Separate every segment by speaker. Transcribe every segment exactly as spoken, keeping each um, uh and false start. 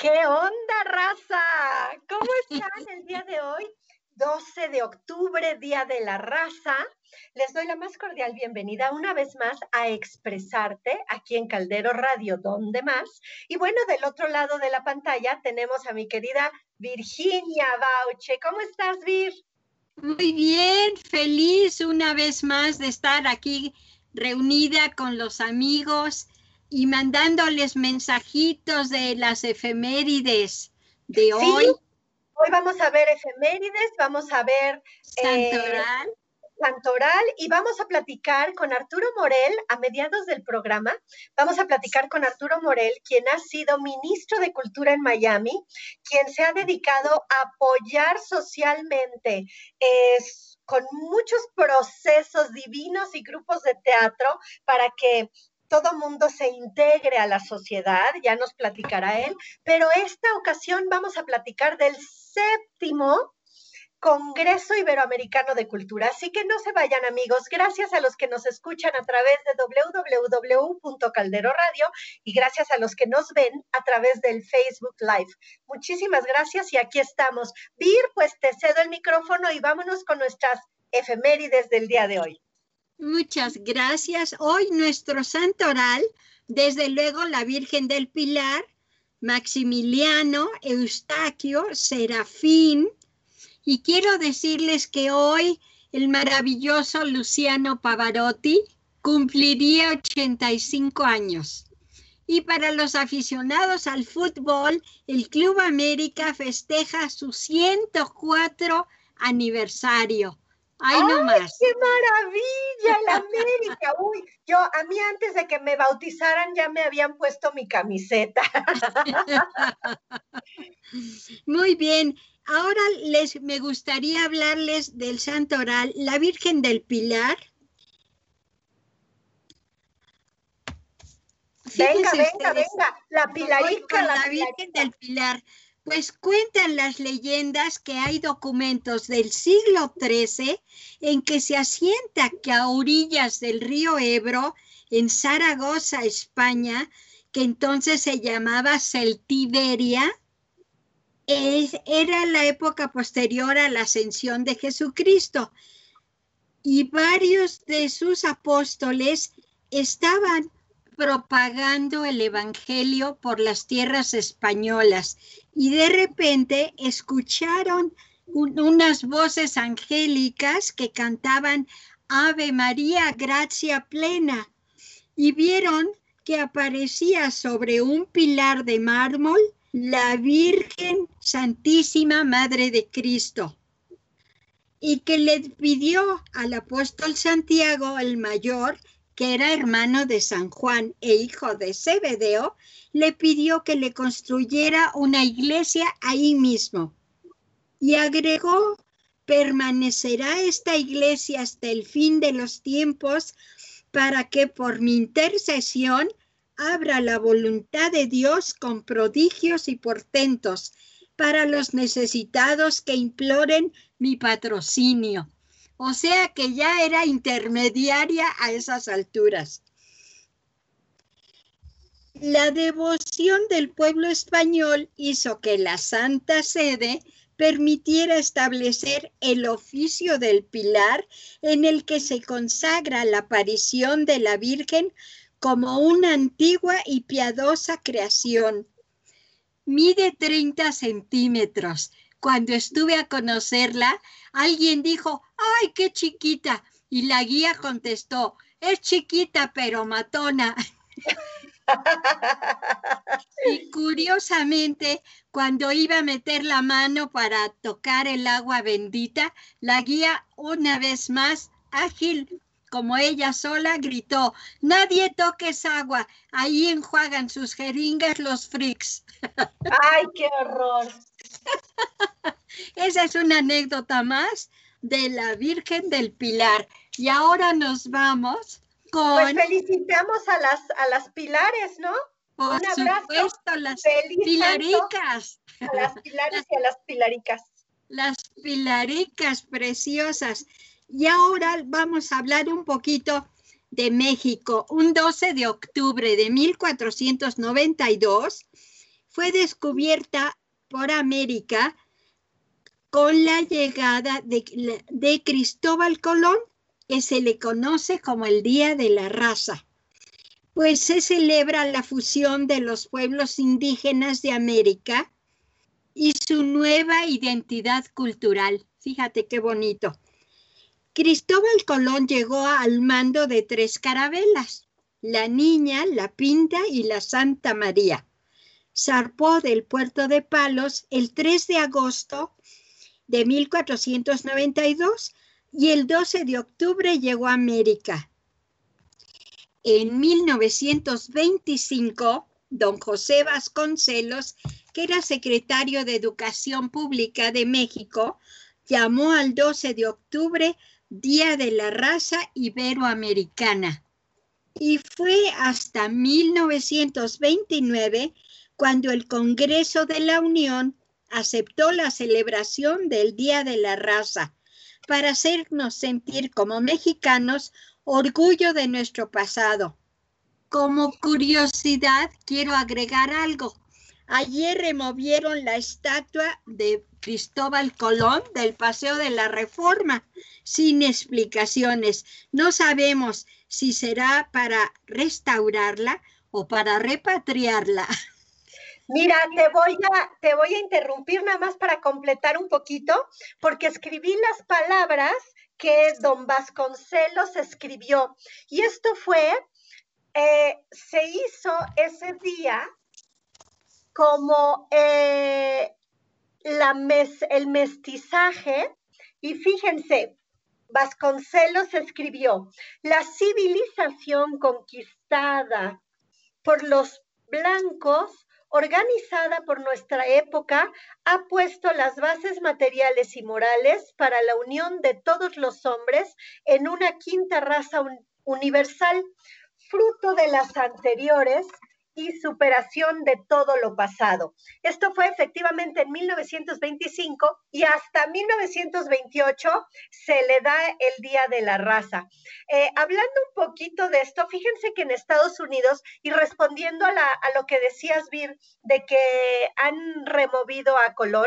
Speaker 1: ¿Qué onda, raza? ¿Cómo están el día de hoy? doce de octubre, Día de la Raza. Les doy la más cordial bienvenida una vez más a Expresarte, aquí en Caldero Radio, donde más. Y bueno, del otro lado de la pantalla tenemos a mi querida Virginia Bauche. ¿Cómo estás, Vir?
Speaker 2: Muy bien, feliz una vez más de estar aquí reunida con los amigos y mandándoles mensajitos de las efemérides de
Speaker 1: Sí,
Speaker 2: hoy.
Speaker 1: hoy vamos a ver efemérides, vamos a ver
Speaker 2: Santoral.
Speaker 1: Eh, Santoral y vamos a platicar con Arturo Morel a mediados del programa. Vamos a platicar con Arturo Morel, quien ha sido ministro de Cultura en Miami, quien se ha dedicado a apoyar socialmente eh, con muchos procesos divinos y grupos de teatro para que todo mundo se integre a la sociedad, ya nos platicará él, pero esta ocasión vamos a platicar del séptimo Congreso Iberoamericano de Cultura. Así que no se vayan, amigos. Gracias a los que nos escuchan a través de doble u doble u doble u punto caldero radio y gracias a los que nos ven a través del Facebook Live. Muchísimas gracias y aquí estamos. Vir, pues te cedo el micrófono y vámonos con nuestras efemérides del día de hoy.
Speaker 2: Muchas gracias. Hoy nuestro santoral, desde luego la Virgen del Pilar, Maximiliano, Eustaquio, Serafín. Y quiero decirles que hoy el maravilloso Luciano Pavarotti cumpliría ochenta y cinco años. Y para los aficionados al fútbol, el Club América festeja su ciento cuatro aniversario. ¡Ay,
Speaker 1: ¡Ay,
Speaker 2: no más!
Speaker 1: qué maravilla el América! Uy, yo a mí antes de que me bautizaran ya me habían puesto mi camiseta.
Speaker 2: Muy bien. Ahora les, me gustaría hablarles del santoral, la Virgen del Pilar.
Speaker 1: Venga, Fíjense venga, ustedes, venga, la Pilarica,
Speaker 2: la,
Speaker 1: la
Speaker 2: Virgen del Pilar. Pues cuentan las leyendas que hay documentos del siglo trece en que se asienta que a orillas del río Ebro, en Zaragoza, España, que entonces se llamaba Celtiberia, Es, era la época posterior a la ascensión de Jesucristo y varios de sus apóstoles estaban propagando el evangelio por las tierras españolas y de repente escucharon un, unas voces angélicas que cantaban Ave María, gracia plena, y vieron que aparecía sobre un pilar de mármol la Virgen Santísima Madre de Cristo, y que le pidió al apóstol Santiago el mayor, que era hermano de San Juan e hijo de Zebedeo, le pidió que le construyera una iglesia ahí mismo. Y agregó, permanecerá esta iglesia hasta el fin de los tiempos, para que por mi intercesión abra la voluntad de Dios con prodigios y portentos para los necesitados que imploren mi patrocinio. O sea que ya era intermediaria a esas alturas. La devoción del pueblo español hizo que la Santa Sede permitiera establecer el oficio del Pilar, en el que se consagra la aparición de la Virgen como una antigua y piadosa creación. Mide treinta centímetros. Cuando estuve a conocerla, alguien dijo, ¡ay, qué chiquita! Y la guía contestó, es chiquita pero matona. Y curiosamente, cuando iba a meter la mano para tocar el agua bendita, la guía una vez más, ágil como ella sola, gritó, nadie toque esa agua, ahí enjuagan sus jeringas los freaks.
Speaker 1: ¡Ay, qué horror!
Speaker 2: Esa es una anécdota más de la Virgen del Pilar. Y ahora nos vamos con...
Speaker 1: Pues felicitamos a las, a las Pilares, ¿no?
Speaker 2: Por
Speaker 1: Un abrazo.
Speaker 2: Supuesto, las
Speaker 1: Feliz
Speaker 2: Pilaricas.
Speaker 1: A las Pilares y a las Pilaricas.
Speaker 2: Las Pilaricas preciosas. Y ahora vamos a hablar un poquito de México. Un doce de octubre de mil cuatrocientos noventa y dos fue descubierta por América con la llegada de, de Cristóbal Colón, que se le conoce como el Día de la Raza, pues se celebra la fusión de los pueblos indígenas de América y su nueva identidad cultural. Fíjate qué bonito. Cristóbal Colón llegó al mando de tres carabelas, la Niña, la Pinta y la Santa María. Zarpó del puerto de Palos el tres de agosto de mil cuatrocientos noventa y dos y el doce de octubre llegó a América. En mil novecientos veinticinco, don José Vasconcelos, que era secretario de Educación Pública de México, llamó al doce de octubre Día de la Raza Iberoamericana. Y fue hasta mil novecientos veintinueve cuando el Congreso de la Unión aceptó la celebración del Día de la Raza para hacernos sentir como mexicanos orgullo de nuestro pasado. Como curiosidad, quiero agregar algo. Ayer removieron la estatua de Cristóbal Colón del Paseo de la Reforma sin explicaciones. No sabemos si será para restaurarla o para repatriarla.
Speaker 1: Mira, te voy a, te voy a interrumpir nada más para completar un poquito, porque escribí las palabras que don Vasconcelos escribió. Y esto fue, eh, se hizo ese día como eh, la mes, el mestizaje, y fíjense, Vasconcelos escribió, la civilización conquistada por los blancos, organizada por nuestra época, ha puesto las bases materiales y morales para la unión de todos los hombres en una quinta raza un universal, fruto de las anteriores y superación de todo lo pasado. Esto fue efectivamente en mil novecientos veinticinco y hasta mil novecientos veintiocho se le da el Día de la Raza. Eh, hablando un poquito de esto, fíjense que en Estados Unidos, y respondiendo a, la, a lo que decías, Vir, de que han removido a Colón,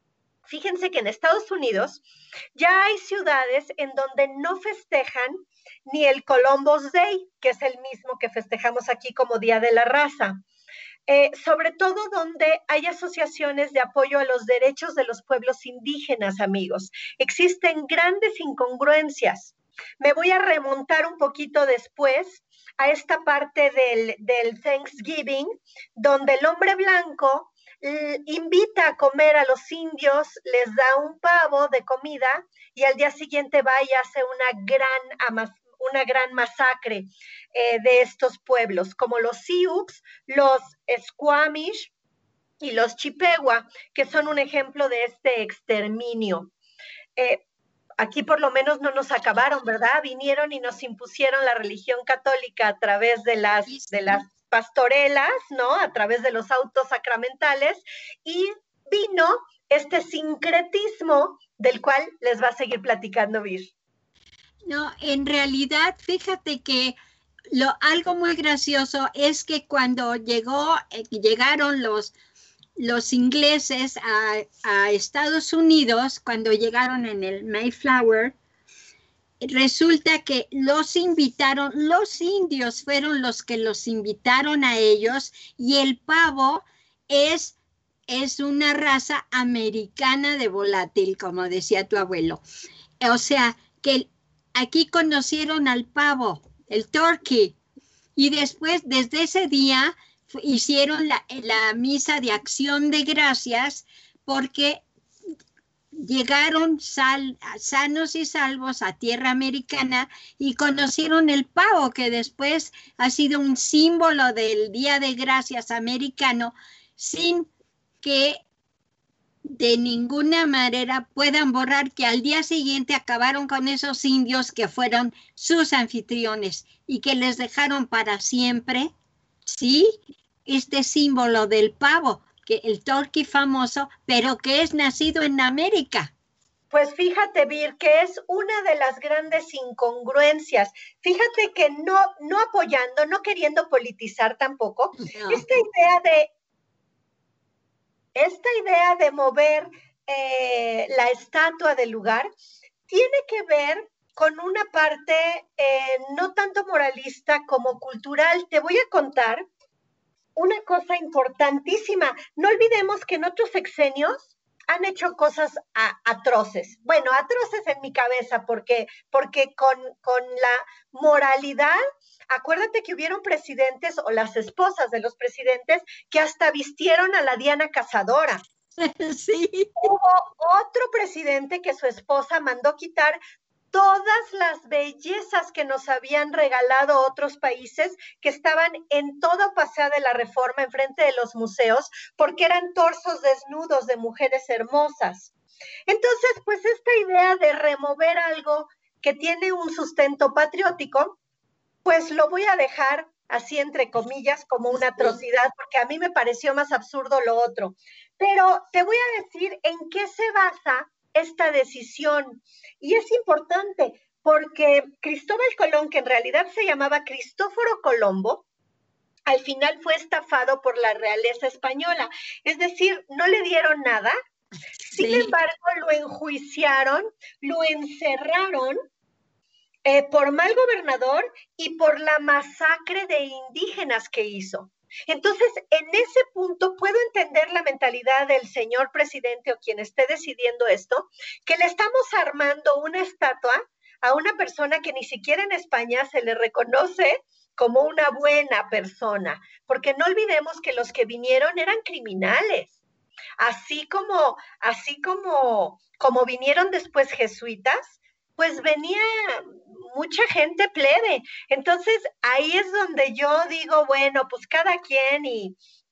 Speaker 1: fíjense que en Estados Unidos ya hay ciudades en donde no festejan ni el Columbus Day, que es el mismo que festejamos aquí como Día de la Raza. Eh, sobre todo donde hay asociaciones de apoyo a los derechos de los pueblos indígenas, amigos. Existen grandes incongruencias. Me voy a remontar un poquito después a esta parte del, del Thanksgiving, donde el hombre blanco invita a comer a los indios, les da un pavo de comida y al día siguiente va y hace una gran, una gran masacre eh, de estos pueblos, como los Sioux, los Squamish y los Chippewa, que son un ejemplo de este exterminio. Eh, aquí por lo menos no nos acabaron, ¿verdad? Vinieron y nos impusieron la religión católica a través de las, de las pastorelas, ¿no? A través de los autos sacramentales, y vino este sincretismo del cual les va a seguir platicando Vir.
Speaker 2: No, en realidad, fíjate que lo, algo muy gracioso es que cuando llegó, eh, llegaron los, los ingleses a, a Estados Unidos, cuando llegaron en el Mayflower, resulta que los invitaron, los indios fueron los que los invitaron a ellos, y el pavo es, es una raza americana de volátil, como decía tu abuelo. O sea, que aquí conocieron al pavo, el turkey, y después, desde ese día, hicieron la, la misa de acción de gracias, porque llegaron sal, sanos y salvos a tierra americana y conocieron el pavo, que después ha sido un símbolo del Día de Gracias americano, sin que de ninguna manera puedan borrar que al día siguiente acabaron con esos indios que fueron sus anfitriones y que les dejaron para siempre, ¿sí?, este símbolo del pavo, que el turkey famoso, pero que es nacido en América.
Speaker 1: Pues fíjate, Vir, que es una de las grandes incongruencias. Fíjate que no, no apoyando, no queriendo politizar tampoco, no. Esta idea de esta idea de mover eh, la estatua del lugar tiene que ver con una parte eh, no tanto moralista como cultural. Te voy a contar una cosa importantísima. No olvidemos que en otros sexenios han hecho cosas a, atroces. Bueno, atroces en mi cabeza, porque, porque con, con la moralidad, acuérdate que hubieron presidentes o las esposas de los presidentes que hasta vistieron a la Diana Cazadora.
Speaker 2: Sí.
Speaker 1: Hubo otro presidente que su esposa mandó quitar todas las bellezas que nos habían regalado otros países que estaban en todo Paseo de la Reforma, enfrente de los museos, porque eran torsos desnudos de mujeres hermosas. Entonces, pues esta idea de remover algo que tiene un sustento patriótico, pues lo voy a dejar así entre comillas como una atrocidad, porque a mí me pareció más absurdo lo otro. Pero te voy a decir en qué se basa esta decisión. Y es importante porque Cristóbal Colón, que en realidad se llamaba Cristóforo Colombo, al final fue estafado por la realeza española. Es decir, no le dieron nada. Sí. Sin embargo, lo enjuiciaron, lo encerraron eh, por mal gobernador y por la masacre de indígenas que hizo. Entonces, en ese punto puedo entender la mentalidad del señor presidente o quien esté decidiendo esto, que le estamos armando una estatua a una persona que ni siquiera en España se le reconoce como una buena persona, porque no olvidemos que los que vinieron eran criminales, así como, así como, como vinieron después jesuitas, pues venía mucha gente plebe. Entonces, ahí es donde yo digo, bueno, pues cada quien y,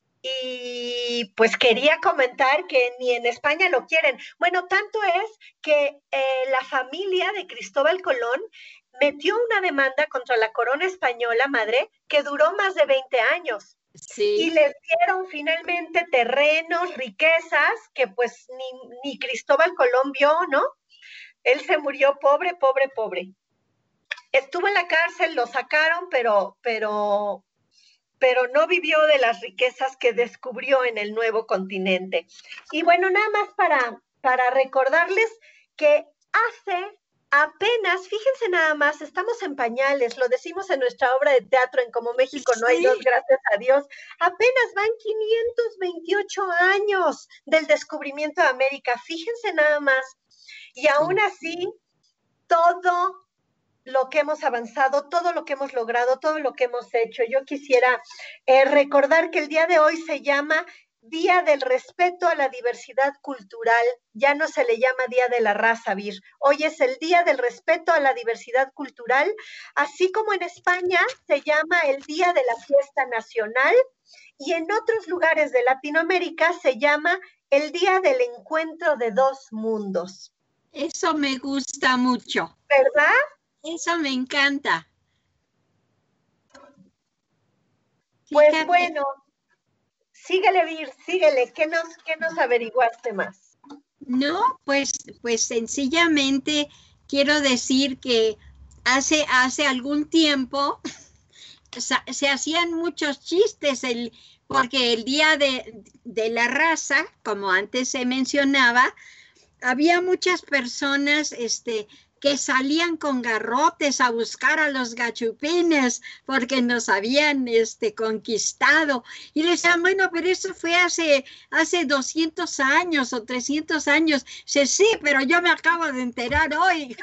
Speaker 1: y pues quería comentar que ni en España lo quieren. Bueno, tanto es que eh, la familia de Cristóbal Colón metió una demanda contra la corona española, madre, que duró más de veinte años. Sí. Y les dieron finalmente terrenos, riquezas, que pues ni, ni Cristóbal Colón vio, ¿no? Él se murió pobre, pobre, pobre. Estuvo en la cárcel, lo sacaron, pero, pero, pero no vivió de las riquezas que descubrió en el nuevo continente. Y bueno, nada más para, para recordarles que hace apenas, fíjense nada más, estamos en pañales, lo decimos en nuestra obra de teatro en Como México no hay dos, gracias a Dios, apenas van quinientos veintiocho años del descubrimiento de América, fíjense nada más, y aún así, todo lo que hemos avanzado, todo lo que hemos logrado, todo lo que hemos hecho. Yo quisiera eh, recordar que el día de hoy se llama Día del Respeto a la Diversidad Cultural, ya no se le llama Día de la Raza, Vir. Hoy es el Día del Respeto a la Diversidad Cultural, así como en España se llama el Día de la Fiesta Nacional y en otros lugares de Latinoamérica se llama el Día del Encuentro de Dos Mundos.
Speaker 2: Eso me gusta mucho.
Speaker 1: ¿Verdad?
Speaker 2: Eso me encanta.
Speaker 1: Pues Fíjate. Bueno, síguele, Vir, síguele. ¿Qué nos, qué nos averiguaste más?
Speaker 2: No, pues, pues sencillamente quiero decir que hace, hace algún tiempo se, se hacían muchos chistes, el, porque el Día de, de la Raza, como antes se mencionaba, había muchas personas este, que salían con garrotes a buscar a los gachupines porque nos habían este, conquistado. Y decían, bueno, pero eso fue hace, hace doscientos años o trescientos años. Sí, sí, pero yo me acabo de enterar hoy.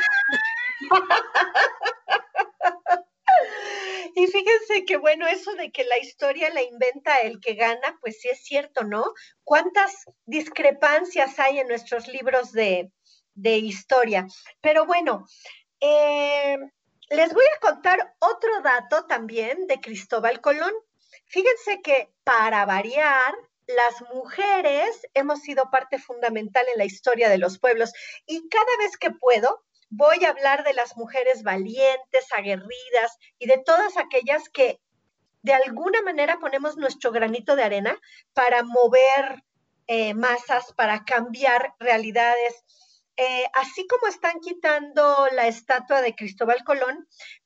Speaker 1: Y fíjense que bueno, eso de que la historia la inventa el que gana, pues sí es cierto, ¿no? ¿Cuántas discrepancias hay en nuestros libros de, de historia? Pero bueno, eh, les voy a contar otro dato también de Cristóbal Colón. Fíjense que para variar, las mujeres hemos sido parte fundamental en la historia de los pueblos y cada vez que puedo, voy a hablar de las mujeres valientes, aguerridas y de todas aquellas que de alguna manera ponemos nuestro granito de arena para mover eh, masas, para cambiar realidades. Eh, así como están quitando la estatua de Cristóbal Colón,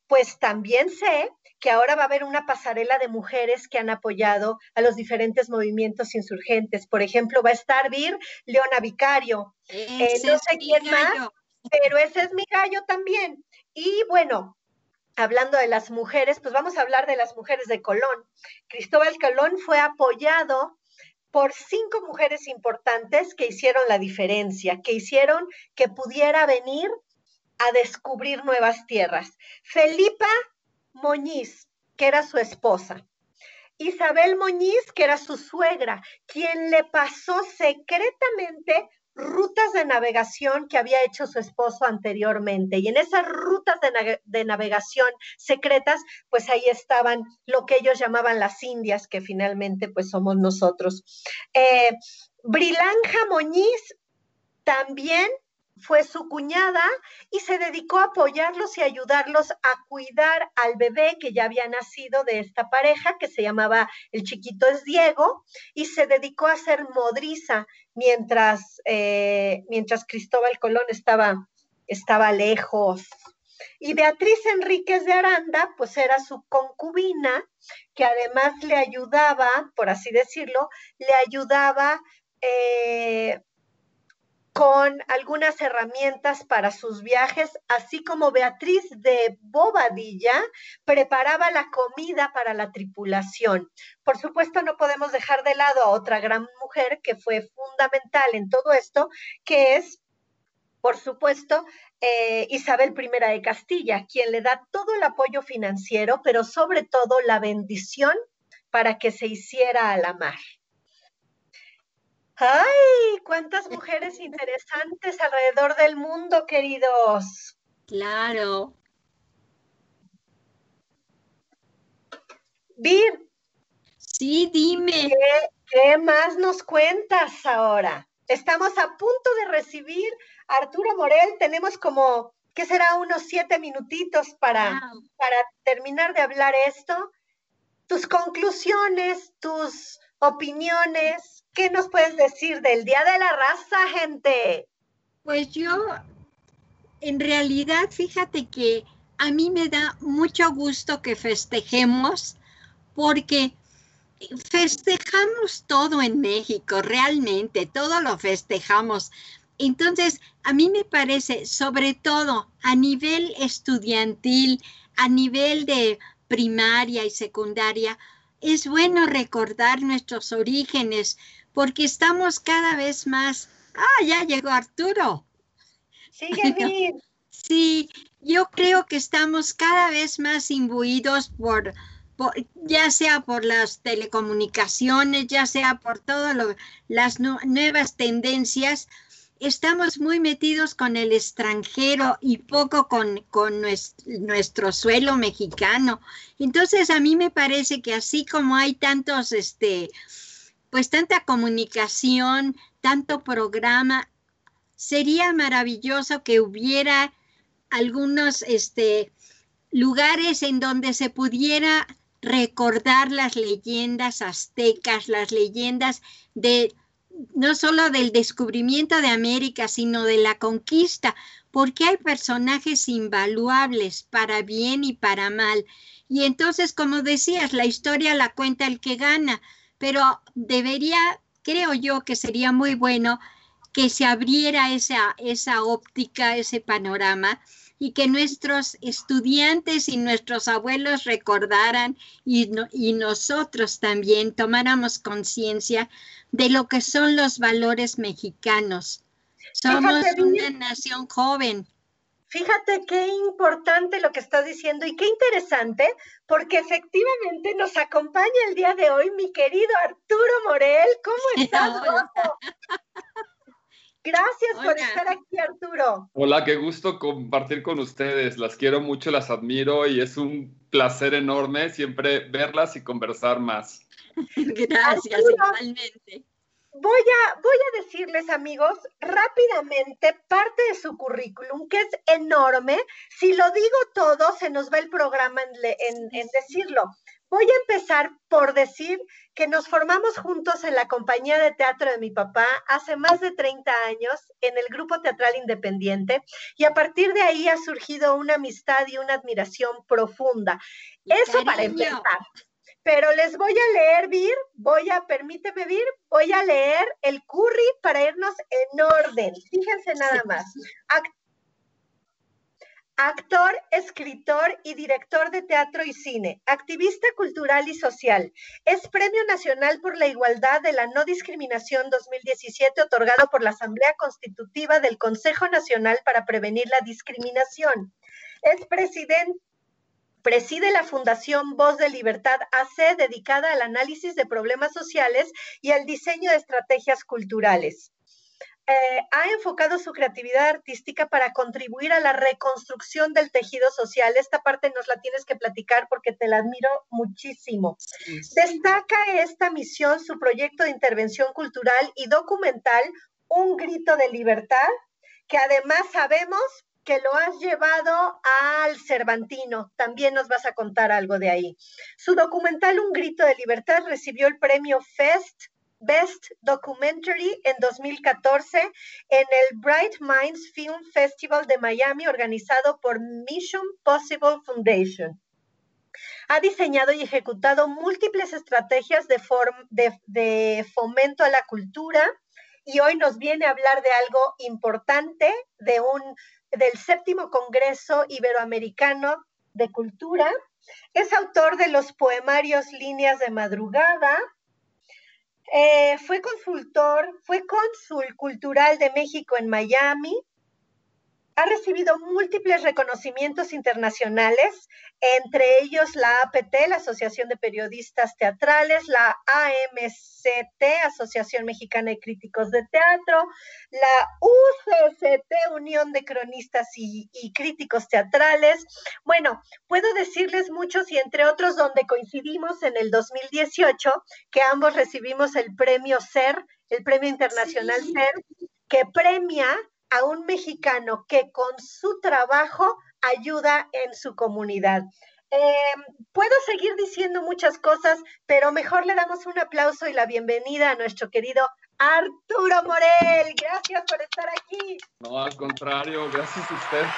Speaker 1: pues también sé que ahora va a haber una pasarela de mujeres que han apoyado a los diferentes movimientos insurgentes. Por ejemplo, va a estar Vir Leona Vicario. Eh,
Speaker 2: Ese
Speaker 1: no
Speaker 2: es
Speaker 1: sé
Speaker 2: mi
Speaker 1: quién más,
Speaker 2: gallo.
Speaker 1: pero ese es mi gallo también. Y bueno, hablando de las mujeres, pues vamos a hablar de las mujeres de Colón. Cristóbal Colón fue apoyado por cinco mujeres importantes que hicieron la diferencia, que hicieron que pudiera venir a descubrir nuevas tierras. Felipa Moñiz, que era su esposa. Isabel Moñiz, que era su suegra, quien le pasó secretamente rutas de navegación que había hecho su esposo anteriormente. Y en esas rutas de, na de navegación secretas, pues ahí estaban lo que ellos llamaban las Indias, que finalmente pues somos nosotros. Eh, Brilanja Moñiz también fue su cuñada y se dedicó a apoyarlos y ayudarlos a cuidar al bebé que ya había nacido de esta pareja, que se llamaba, el chiquito es Diego, y se dedicó a ser modriza mientras, eh, mientras Cristóbal Colón estaba, estaba lejos. Y Beatriz Enríquez de Aranda, pues era su concubina, que además le ayudaba, por así decirlo, le ayudaba eh, con algunas herramientas para sus viajes, así como Beatriz de Bobadilla preparaba la comida para la tripulación. Por supuesto, no podemos dejar de lado a otra gran mujer que fue fundamental en todo esto, que es, por supuesto, eh, Isabel primera de Castilla, quien le da todo el apoyo financiero, pero sobre todo la bendición para que se hiciera a la mar. ¡Ay! ¡Cuántas mujeres interesantes alrededor del mundo, queridos!
Speaker 2: Claro.
Speaker 1: Vir,
Speaker 2: Sí, dime.
Speaker 1: ¿qué, ¿qué más nos cuentas ahora? Estamos a punto de recibir a Arturo Morel. Tenemos como, ¿qué será? Unos siete minutitos para,
Speaker 2: Wow.
Speaker 1: para terminar de hablar esto. Tus conclusiones, tus opiniones, ¿qué nos puedes decir del Día de la Raza, gente?
Speaker 2: Pues yo, en realidad, fíjate que a mí me da mucho gusto que festejemos porque festejamos todo en México, realmente, todo lo festejamos. Entonces, a mí me parece, sobre todo a nivel estudiantil, a nivel de primaria y secundaria, es bueno recordar nuestros orígenes, porque estamos cada vez más. Ah, ya llegó Arturo.
Speaker 1: Sigue bien.
Speaker 2: Sí, yo creo que estamos cada vez más imbuidos por, por ya sea por las telecomunicaciones, ya sea por todas las nu nuevas tendencias. Estamos muy metidos con el extranjero y poco con, con nuestro, nuestro suelo mexicano. Entonces, a mí me parece que así como hay tantos, este, pues tanta comunicación, tanto programa, sería maravilloso que hubiera algunos este, lugares en donde se pudiera recordar las leyendas aztecas, las leyendas de no solo del descubrimiento de América, sino de la conquista, porque hay personajes invaluables para bien y para mal. Y entonces, como decías, la historia la cuenta el que gana, pero debería, creo yo que sería muy bueno que se abriera esa, esa óptica, ese panorama, y que nuestros estudiantes y nuestros abuelos recordaran y, no, y nosotros también tomáramos conciencia de lo que son los valores mexicanos. Somos
Speaker 1: Fíjate
Speaker 2: una
Speaker 1: bien,
Speaker 2: nación joven.
Speaker 1: fíjate qué importante lo que estás diciendo y qué interesante, porque efectivamente nos acompaña el día de hoy mi querido Arturo Morel. ¿Cómo estás,
Speaker 2: Hola.
Speaker 1: guapo? Gracias por
Speaker 2: Hola.
Speaker 1: estar aquí, Arturo.
Speaker 3: Hola, qué gusto compartir con ustedes. Las quiero mucho, las admiro y es un placer enorme siempre verlas y conversar más.
Speaker 2: Gracias,
Speaker 1: Arturo,
Speaker 2: igualmente.
Speaker 1: Voy a, voy a decirles, amigos, rápidamente parte de su currículum, que es enorme. Si lo digo todo, se nos va el programa en, en, en decirlo. Voy a empezar por decir que nos formamos juntos en la compañía de teatro de mi papá hace más de treinta años en el Grupo Teatral Independiente, y a partir de ahí ha surgido una amistad y una admiración profunda. Eso para empezar. Pero les voy a leer, Vir, voy a, permíteme, Vir, voy a leer el curry para irnos en orden. Fíjense nada más. Act Actor, escritor y director de teatro y cine, activista cultural y social. Es Premio Nacional por la Igualdad de la No Discriminación dos mil diecisiete, otorgado por la Asamblea Constitutiva del Consejo Nacional para Prevenir la Discriminación. Es presidente Preside la Fundación Voz de Libertad A C, dedicada al análisis de problemas sociales y al diseño de estrategias culturales. Eh, ha enfocado su creatividad artística para contribuir a la reconstrucción del tejido social. Esta parte nos la tienes que platicar porque te la admiro muchísimo. Sí, sí. Destaca esta misión su proyecto de intervención cultural y documental, Un Grito de Libertad, que además sabemos que lo has llevado al Cervantino. También nos vas a contar algo de ahí. Su documental Un Grito de Libertad recibió el premio Fest Best Documentary en dos mil catorce en el Bright Minds Film Festival de Miami, organizado por Mission Possible Foundation. Ha diseñado y ejecutado múltiples estrategias de, de, de fomento a la cultura, y hoy nos viene a hablar de algo importante, de un, del séptimo Congreso Iberoamericano de Cultura. Es autor de los poemarios Líneas de Madrugada. Eh, fue consultor, fue cónsul cultural de México en Miami. Ha recibido múltiples reconocimientos internacionales, entre ellos la A P T, la Asociación de Periodistas Teatrales, la A M C T, Asociación Mexicana de Críticos de Teatro, la U C C T, Unión de Cronistas y, y Críticos Teatrales. Bueno, puedo decirles muchos, y entre otros donde coincidimos en el dos mil dieciocho, que ambos recibimos el premio SER, el Premio Internacional sí. SER, que premia a un mexicano que con su trabajo ayuda en su comunidad. Eh, puedo seguir diciendo muchas cosas, pero mejor le damos un aplauso y la bienvenida a nuestro querido Arturo Morel. Gracias por estar aquí.
Speaker 3: No, al contrario, gracias a ustedes.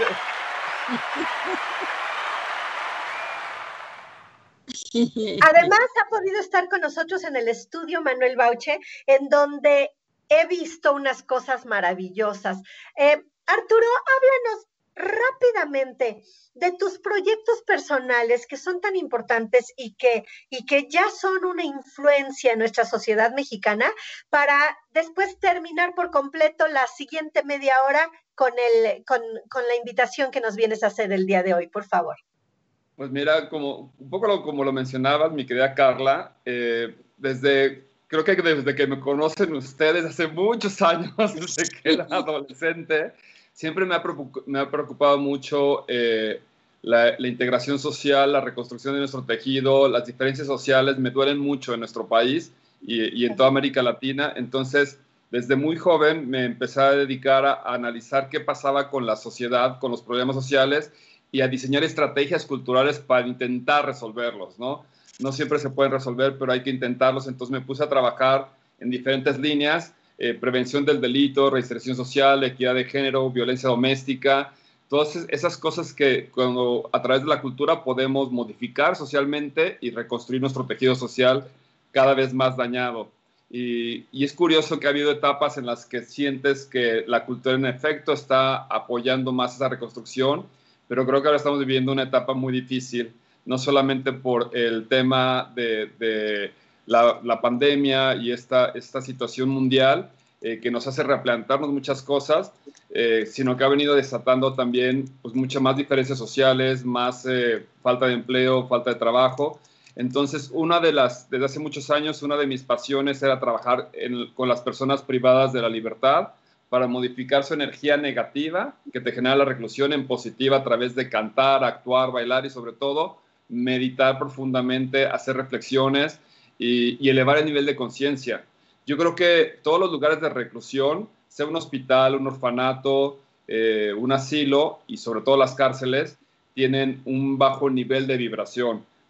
Speaker 1: Además, ha podido estar con nosotros en el estudio Manuel Bauche, en donde he visto unas cosas maravillosas. Eh, Arturo, háblanos rápidamente de tus proyectos personales que son tan importantes y que, y que ya son una influencia en nuestra sociedad mexicana, para después terminar por completo la siguiente media hora con, el, con, con la invitación que nos vienes a hacer el día de hoy, por favor.
Speaker 3: Pues mira, como, un poco lo, como lo mencionabas, mi querida Carla, eh, desde... Creo que desde que me conocen ustedes hace muchos años, desde que era adolescente, siempre me ha preocupado, me ha preocupado mucho eh, la, la integración social, la reconstrucción de nuestro tejido, las diferencias sociales me duelen mucho en nuestro país y, y en toda América Latina. Entonces, desde muy joven me empecé a dedicar a, a analizar qué pasaba con la sociedad, con los problemas sociales, y a diseñar estrategias culturales para intentar resolverlos, ¿no? No siempre se pueden resolver, pero hay que intentarlos. Entonces me puse a trabajar en diferentes líneas, eh, prevención del delito, reinserción social, equidad de género, violencia doméstica, todas esas cosas que cuando, a través de la cultura podemos modificar socialmente y reconstruir nuestro tejido social cada vez más dañado. Y, y es curioso que ha habido etapas en las que sientes que la cultura en efecto está apoyando más esa reconstrucción, pero creo que ahora estamos viviendo una etapa muy difícil, no solamente por el tema de, de la, la pandemia y esta, esta situación mundial eh, que nos hace replantearnos muchas cosas, eh, sino que ha venido desatando también pues, muchas más diferencias sociales, más eh, falta de empleo, falta de trabajo. Entonces, una de las, desde hace muchos años, una de mis pasiones era trabajar en, con las personas privadas de la libertad para modificar su energía negativa que te genera la reclusión en positiva a través de cantar, actuar, bailar y sobre todo meditar profundamente, hacer reflexiones y, y elevar el nivel de conciencia. Yo creo que todos los lugares de reclusión, sea un hospital, un orfanato, eh, un asilo y sobre todo las cárceles, tienen un bajo nivel de vibración.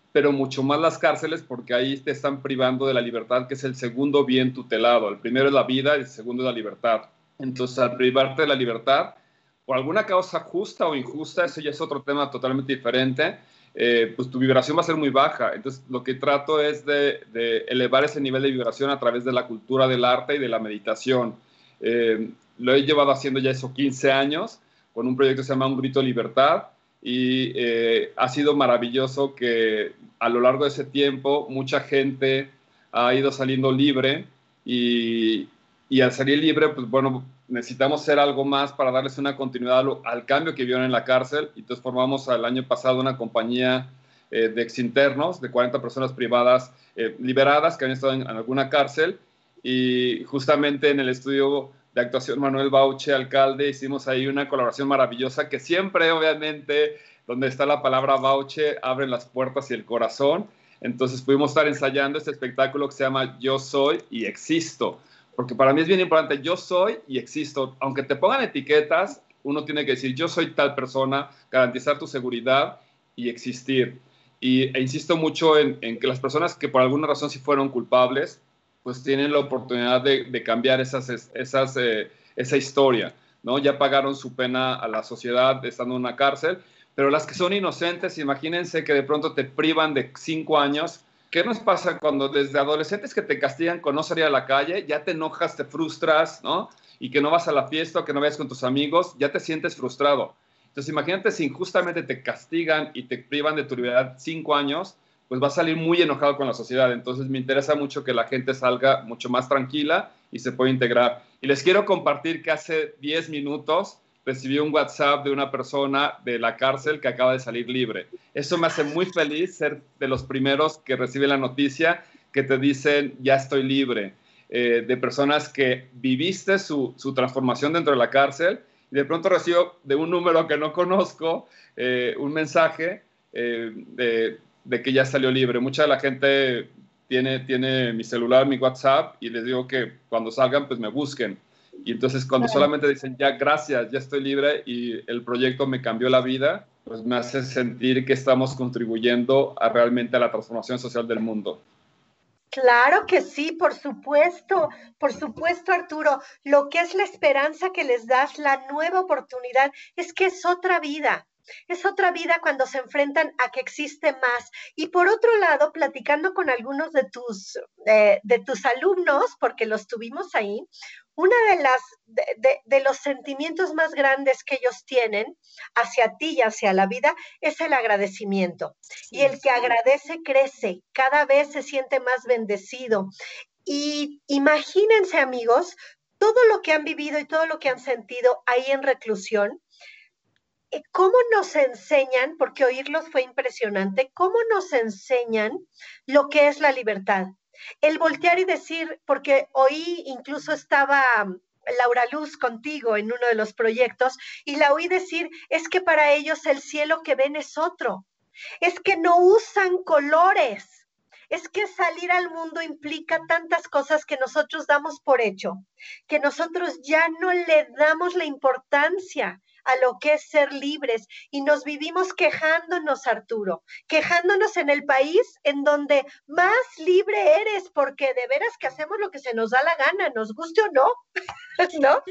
Speaker 3: pero mucho más las cárceles, porque ahí te están privando de la libertad, que es el segundo bien tutelado. El primero es la vida y el segundo es la libertad. Entonces, al privarte de la libertad, por alguna causa justa o injusta, eso ya es otro tema totalmente diferente, eh, pues tu vibración va a ser muy baja. Entonces, lo que trato es de, de elevar ese nivel de vibración a través de la cultura del arte y de la meditación. Eh, lo he llevado haciendo ya eso quince años, con un proyecto que se llama Un Grito de Libertad, y eh, ha sido maravilloso que a lo largo de ese tiempo mucha gente ha ido saliendo libre, y, y al salir libre, pues bueno, necesitamos hacer algo más para darles una continuidad al, al cambio que vieron en la cárcel. Entonces formamos el año pasado una compañía eh, de exinternos, de cuarenta personas privadas eh, liberadas que han estado en, en alguna cárcel, y justamente en el estudio de actuación Manuel Bauche, alcalde, hicimos ahí una colaboración maravillosa que siempre, obviamente, donde está la palabra Bauche, abren las puertas y el corazón. Entonces pudimos estar ensayando este espectáculo que se llama Yo Soy y Existo, porque para mí es bien importante, yo soy y existo. Aunque te pongan etiquetas, uno tiene que decir, yo soy tal persona, garantizar tu seguridad y existir. Y, e insisto mucho en, en que las personas que por alguna razón sí fueron culpables, pues tienen la oportunidad de, de cambiar esas, esas, eh, esa historia, ¿no? Ya pagaron su pena a la sociedad estando en una cárcel, pero las que son inocentes, imagínense que de pronto te privan de cinco años. ¿Qué nos pasa cuando desde adolescentes que te castigan con no salir a la calle, ya te enojas, te frustras, ¿no? Y que no vas a la fiesta o que no vayas con tus amigos, ya te sientes frustrado. Entonces imagínate si injustamente te castigan y te privan de tu libertad cinco años, pues vas a salir muy enojado con la sociedad. Entonces me interesa mucho que la gente salga mucho más tranquila y se pueda integrar. Y les quiero compartir que hace diez minutos recibí un WhatsApp de una persona de la cárcel que acaba de salir libre. Eso me hace muy feliz ser de los primeros que reciben la noticia que te dicen, ya estoy libre. Eh, de personas que viviste su, su transformación dentro de la cárcel, y de pronto recibo de un número que no conozco eh, un mensaje eh, de de que ya salió libre. Mucha de la gente tiene, tiene mi celular, mi WhatsApp, y les digo que cuando salgan, pues me busquen. Y entonces cuando solamente dicen, ya, gracias, ya estoy libre y el proyecto me cambió la vida, pues me hace sentir que estamos contribuyendo a realmente a la transformación social del mundo.
Speaker 1: Claro que sí, por supuesto, por supuesto, Arturo. Lo que es la esperanza que les das, la nueva oportunidad, es que es otra vida. Es otra vida cuando se enfrentan a que existe más. Y por otro lado, platicando con algunos de tus, eh, de tus alumnos, porque los tuvimos ahí, una de las de, de, de los sentimientos más grandes que ellos tienen hacia ti y hacia la vida es el agradecimiento. Sí, y el que agradece crece, cada vez se siente más bendecido. Y imagínense, amigos, todo lo que han vivido y todo lo que han sentido ahí en reclusión. ¿Cómo nos enseñan, porque oírlos fue impresionante, cómo nos enseñan lo que es la libertad? El voltear y decir, porque oí, incluso estaba Laura Luz contigo en uno de los proyectos, y la oí decir, es que para ellos el cielo que ven es otro, es que no usan colores, es que salir al mundo implica tantas cosas que nosotros damos por hecho, que nosotros ya no le damos la importancia a lo que es ser libres, y nos vivimos quejándonos, Arturo, quejándonos en el país en donde más libre eres, porque de veras que hacemos lo que se nos da la gana, nos guste o no, ¿no?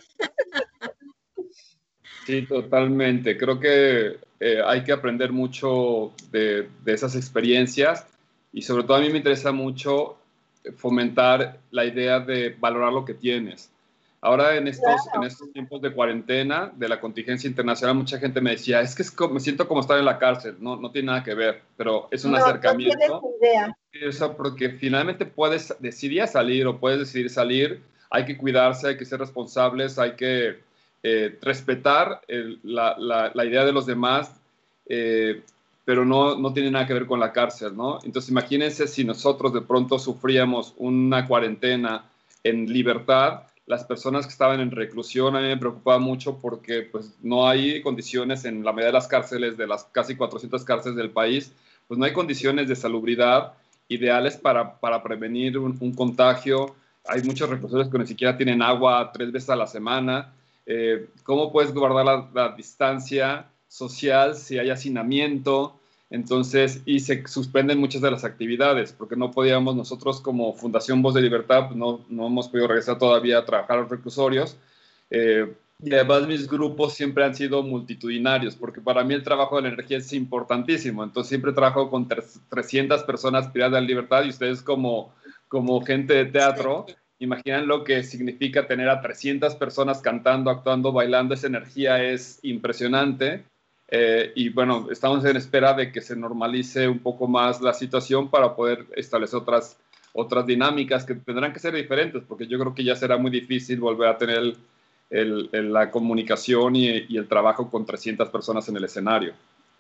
Speaker 3: Sí, totalmente. Creo que eh, hay que aprender mucho de, de esas experiencias, y sobre todo a mí me interesa mucho fomentar la idea de valorar lo que tienes. Ahora en estos, claro. en estos tiempos de cuarentena, de la contingencia internacional, mucha gente me decía, es que es como, me siento como estar en la cárcel. No, no tiene nada que ver, pero es un no, acercamiento.
Speaker 1: No tienes idea.
Speaker 3: Eso, porque finalmente puedes decidir salir o puedes decidir salir, hay que cuidarse, hay que ser responsables, hay que eh, respetar el, la, la, la idea de los demás, eh, pero no, no tiene nada que ver con la cárcel, ¿no? Entonces imagínense si nosotros de pronto sufríamos una cuarentena en libertad. Las personas que estaban en reclusión, a mí me preocupaba mucho porque pues, no hay condiciones en la mayoría de las cárceles, de las casi cuatrocientas cárceles del país, pues no hay condiciones de salubridad ideales para, para prevenir un, un contagio. Hay muchos reclusorios que ni siquiera tienen agua tres veces a la semana. Eh, ¿Cómo puedes guardar la, la distancia social si hay hacinamiento? Entonces, y se suspenden muchas de las actividades, porque no podíamos nosotros como Fundación Voz de Libertad, pues no, no hemos podido regresar todavía a trabajar a los reclusorios. Eh, y además mis grupos siempre han sido multitudinarios, porque para mí el trabajo de la energía es importantísimo. Entonces siempre trabajo con trescientas personas privadas de la libertad, y ustedes como, como gente de teatro, imaginan lo que significa tener a trescientas personas cantando, actuando, bailando. Esa energía es impresionante. Eh, y bueno, estamos en espera de que se normalice un poco más la situación para poder establecer otras, otras dinámicas que tendrán que ser diferentes, porque yo creo que ya será muy difícil volver a tener el, el, el, la comunicación y, y el trabajo con trescientas personas en el escenario.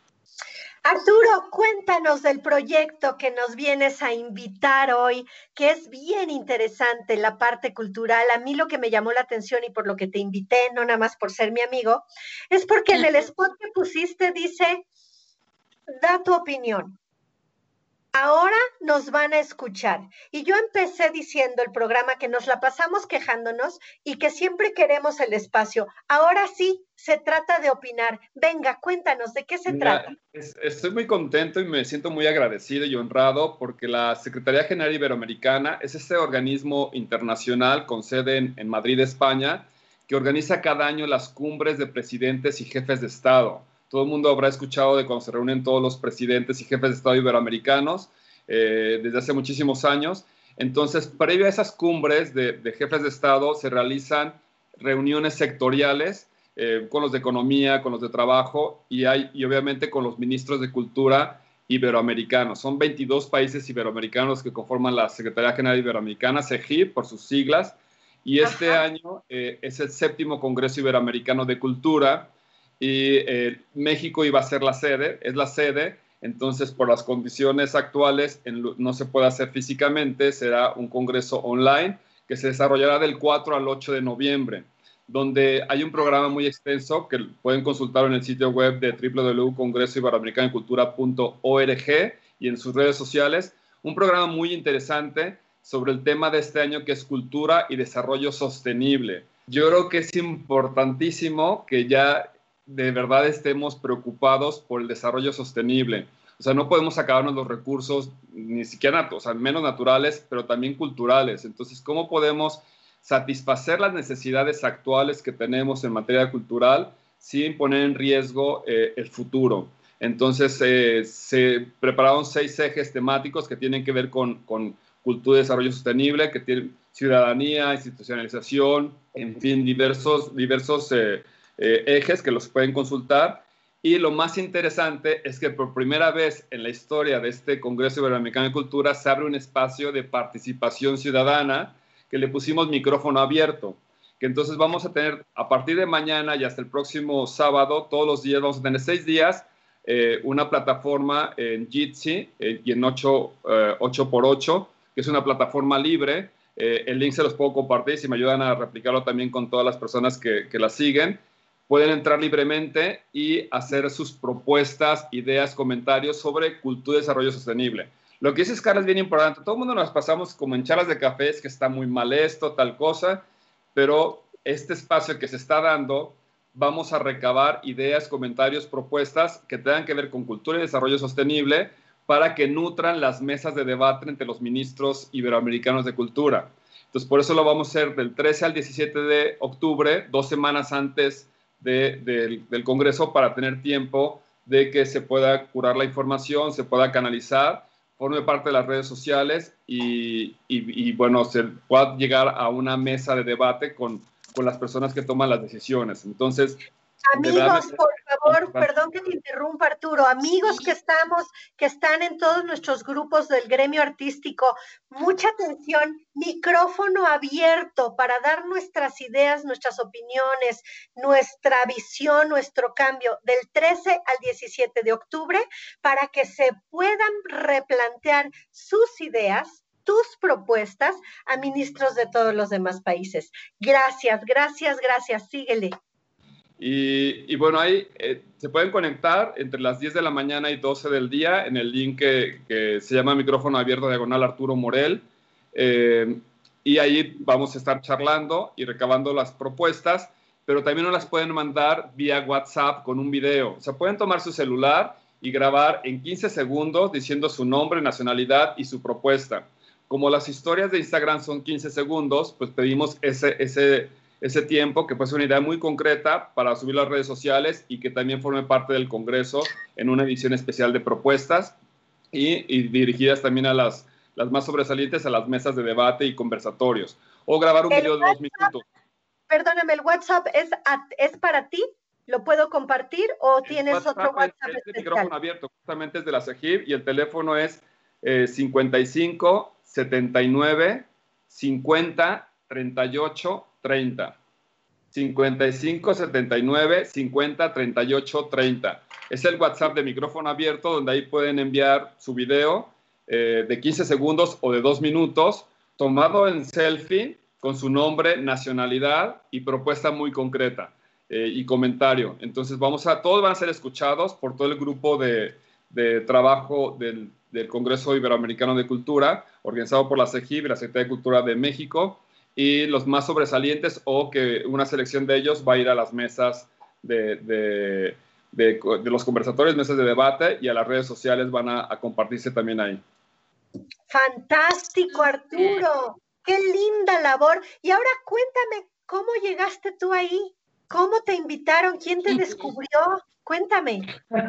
Speaker 1: Arturo, cuéntanos del proyecto que nos vienes a invitar hoy, que es bien interesante, la parte cultural. A mí lo que me llamó la atención y por lo que te invité, no nada más por ser mi amigo, es porque en el spot que pusiste dice, da tu opinión. Ahora nos van a escuchar. Y yo empecé diciendo el programa que nos la pasamos quejándonos y que siempre queremos el espacio. Ahora sí, se trata de opinar. Venga, cuéntanos, ¿de qué se
Speaker 3: Mira,
Speaker 1: trata?
Speaker 3: es, estoy muy contento y me siento muy agradecido y honrado porque la Secretaría General Iberoamericana es este organismo internacional con sede en, en Madrid, España, que organiza cada año las cumbres de presidentes y jefes de Estado. Todo el mundo habrá escuchado de cuando se reúnen todos los presidentes y jefes de Estado iberoamericanos eh, desde hace muchísimos años. Entonces, previo a esas cumbres de, de jefes de Estado, se realizan reuniones sectoriales eh, con los de economía, con los de trabajo y, hay, y obviamente con los ministros de cultura iberoamericanos. Son veintidós países iberoamericanos que conforman la Secretaría General Iberoamericana, SEGIB, por sus siglas, y este Ajá. año eh, es el séptimo Congreso Iberoamericano de Cultura, y eh, México iba a ser la sede, es la sede, entonces por las condiciones actuales en, no se puede hacer físicamente, será un congreso online que se desarrollará del cuatro al ocho de noviembre, donde hay un programa muy extenso que pueden consultar en el sitio web de doble u doble u doble u punto congreso iberoamericano de cultura punto org y en sus redes sociales, un programa muy interesante sobre el tema de este año que es cultura y desarrollo sostenible. Yo creo que es importantísimo que ya de verdad estemos preocupados por el desarrollo sostenible. O sea, no podemos acabarnos los recursos, ni siquiera, o sea, menos naturales, pero también culturales. Entonces, ¿cómo podemos satisfacer las necesidades actuales que tenemos en materia cultural sin poner en riesgo eh, el futuro? Entonces, eh, se prepararon seis ejes temáticos que tienen que ver con, con cultura y desarrollo sostenible, que tienen ciudadanía, institucionalización, en fin, diversos, diversos eh, Eh, ejes que los pueden consultar. Y lo más interesante es que por primera vez en la historia de este Congreso Iberoamericano de Cultura se abre un espacio de participación ciudadana que le pusimos micrófono abierto, que entonces vamos a tener a partir de mañana y hasta el próximo sábado, todos los días, vamos a tener seis días, eh, una plataforma en Jitsi eh, y en ocho por ocho, que es una plataforma libre. Eh, el link se los puedo compartir si me ayudan a replicarlo también con todas las personas que, que la siguen. Pueden entrar libremente y hacer sus propuestas, ideas, comentarios sobre cultura y desarrollo sostenible. Lo que dices, Carla, es bien importante. Todo el mundo nos pasamos como en charlas de cafés, que está muy mal esto, tal cosa, pero este espacio que se está dando, vamos a recabar ideas, comentarios, propuestas que tengan que ver con cultura y desarrollo sostenible para que nutran las mesas de debate entre los ministros iberoamericanos de cultura. Entonces, por eso lo vamos a hacer del trece al diecisiete de octubre, dos semanas antes De, de, del Congreso, para tener tiempo de que se pueda curar la información, se pueda canalizar, forme parte de las redes sociales y, y, y bueno, se pueda llegar a una mesa de debate con, con las personas que toman las decisiones. Entonces,
Speaker 1: amigos, por favor, perdón que te interrumpa, Arturo, amigos que estamos, que están en todos nuestros grupos del gremio artístico, mucha atención, micrófono abierto para dar nuestras ideas, nuestras opiniones, nuestra visión, nuestro cambio, del trece al diecisiete de octubre, para que se puedan replantear sus ideas, tus propuestas a ministros de todos los demás países. Gracias, gracias, gracias, síguele.
Speaker 3: Y, y bueno, ahí eh, se pueden conectar entre las diez de la mañana y doce del día en el link que, que se llama Micrófono Abierto Diagonal Arturo Morel. Eh, y ahí vamos a estar charlando y recabando las propuestas, pero también nos las pueden mandar vía WhatsApp con un video. O sea, pueden tomar su celular y grabar en quince segundos diciendo su nombre, nacionalidad y su propuesta. Como las historias de Instagram son quince segundos, pues pedimos ese, ese, ese tiempo, que puede ser una idea muy concreta para subir a las redes sociales y que también forme parte del Congreso en una edición especial de propuestas y, y dirigidas también a las, las más sobresalientes, a las mesas de debate y conversatorios. O grabar un
Speaker 1: el
Speaker 3: video de
Speaker 1: WhatsApp,
Speaker 3: dos minutos.
Speaker 1: Perdóname, ¿el WhatsApp es, a, es para ti? ¿Lo puedo compartir o
Speaker 3: El
Speaker 1: tienes
Speaker 3: WhatsApp
Speaker 1: otro WhatsApp
Speaker 3: es, es de
Speaker 1: especial?
Speaker 3: micrófono abierto, justamente es de la CEGIP, y el teléfono es eh, cincuenta y cinco, setenta y nueve, cincuenta, treinta y ocho, treinta. cincuenta y cinco, setenta y nueve, cincuenta, treinta y ocho, treinta. Es el WhatsApp de micrófono abierto, donde ahí pueden enviar su video eh, de quince segundos o de dos minutos, tomado en selfie, con su nombre, nacionalidad y propuesta muy concreta. Eh, y comentario. Entonces, vamos a, todos van a ser escuchados por todo el grupo de, de trabajo del, del Congreso Iberoamericano de Cultura, organizado por la CEGIP y la Secretaría de Cultura de México, y los más sobresalientes, o que una selección de ellos va a ir a las mesas de, de, de, de los conversatorios, mesas de debate, y a las redes sociales van a, a compartirse también ahí.
Speaker 1: Fantástico, Arturo. Qué linda labor. Y ahora cuéntame, ¿cómo llegaste tú ahí? ¿Cómo te invitaron? ¿Quién te descubrió? Cuéntame.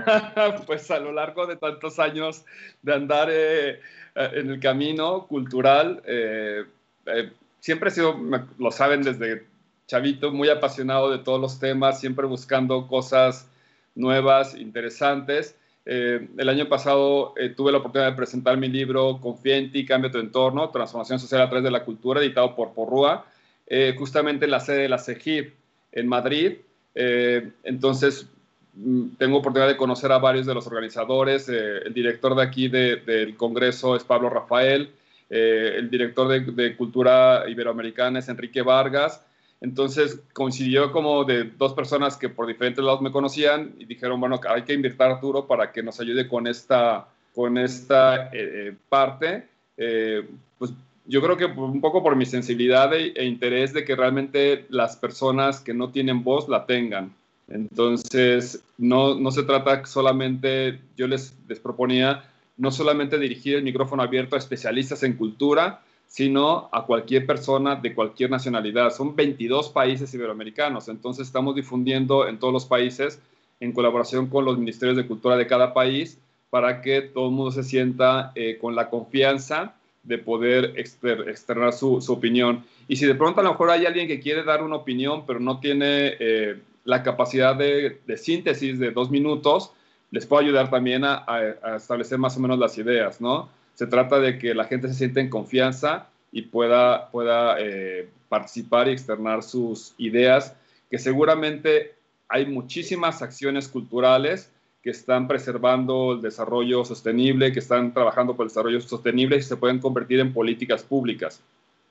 Speaker 3: Pues a lo largo de tantos años de andar eh, en el camino cultural, eh, eh, siempre he sido, lo saben desde chavito, muy apasionado de todos los temas, siempre buscando cosas nuevas, interesantes. Eh, el año pasado eh, tuve la oportunidad de presentar mi libro Confía en ti, cambia tu entorno, transformación social a través de la cultura, editado por Porrúa, eh, justamente en la sede de la CEGIP en Madrid. Eh, entonces, tengo oportunidad de conocer a varios de los organizadores. Eh, el director de aquí de, del Congreso es Pablo Rafael, eh, el director de, de Cultura Iberoamericana es Enrique Vargas. Entonces coincidió como de dos personas que por diferentes lados me conocían y dijeron, bueno, hay que invitar a Arturo para que nos ayude con esta, con esta eh, parte. Eh, pues yo creo que un poco por mi sensibilidad e, e interés de que realmente las personas que no tienen voz la tengan. Entonces, no, no se trata solamente, yo les, les proponía, no solamente dirigir el micrófono abierto a especialistas en cultura, sino a cualquier persona de cualquier nacionalidad. Son veintidós países iberoamericanos, entonces estamos difundiendo en todos los países en colaboración con los ministerios de cultura de cada país para que todo el mundo se sienta eh, con la confianza de poder exter externar su, su opinión. Y si de pronto a lo mejor hay alguien que quiere dar una opinión, pero no tiene eh, la capacidad de, de síntesis de dos minutos, les puedo ayudar también a, a, a establecer más o menos las ideas, ¿no? Se trata de que la gente se sienta en confianza y pueda, pueda eh, participar y externar sus ideas, que seguramente hay muchísimas acciones culturales que están preservando el desarrollo sostenible, que están trabajando por el desarrollo sostenible y se pueden convertir en políticas públicas.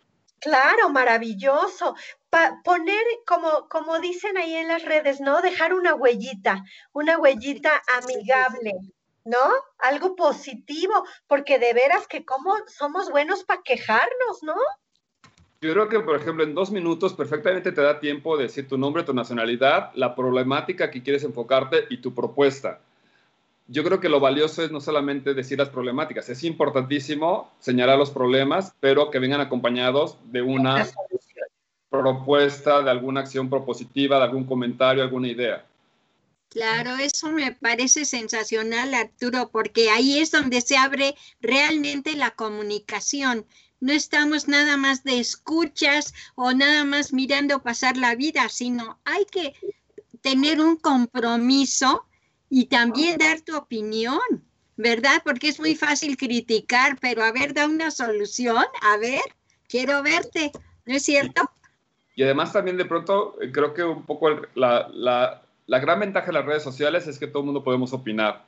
Speaker 1: Claro, maravilloso. Pa poner, como, como dicen ahí en las redes, ¿no? Dejar una huellita, una huellita amigable, ¿no? Algo positivo, porque de veras que como somos buenos para quejarnos, ¿no?
Speaker 3: Yo creo que, por ejemplo, en dos minutos perfectamente te da tiempo de decir tu nombre, tu nacionalidad, la problemática que quieres enfocarte y tu propuesta. Yo creo que lo valioso es no solamente decir las problemáticas, es importantísimo señalar los problemas, pero que vengan acompañados de una propuesta, de alguna acción propositiva, de algún comentario, alguna idea.
Speaker 2: Claro, eso me parece sensacional, Arturo, porque ahí es donde se abre realmente la comunicación. No estamos nada más de escuchas o nada más mirando pasar la vida, sino hay que tener un compromiso y también dar tu opinión, ¿verdad? Porque es muy fácil criticar, pero a ver, da una solución, a ver, quiero verte, ¿no es cierto?
Speaker 3: Y además también de pronto creo que un poco el, la, la, la gran ventaja de las redes sociales es que todo el mundo podemos opinar.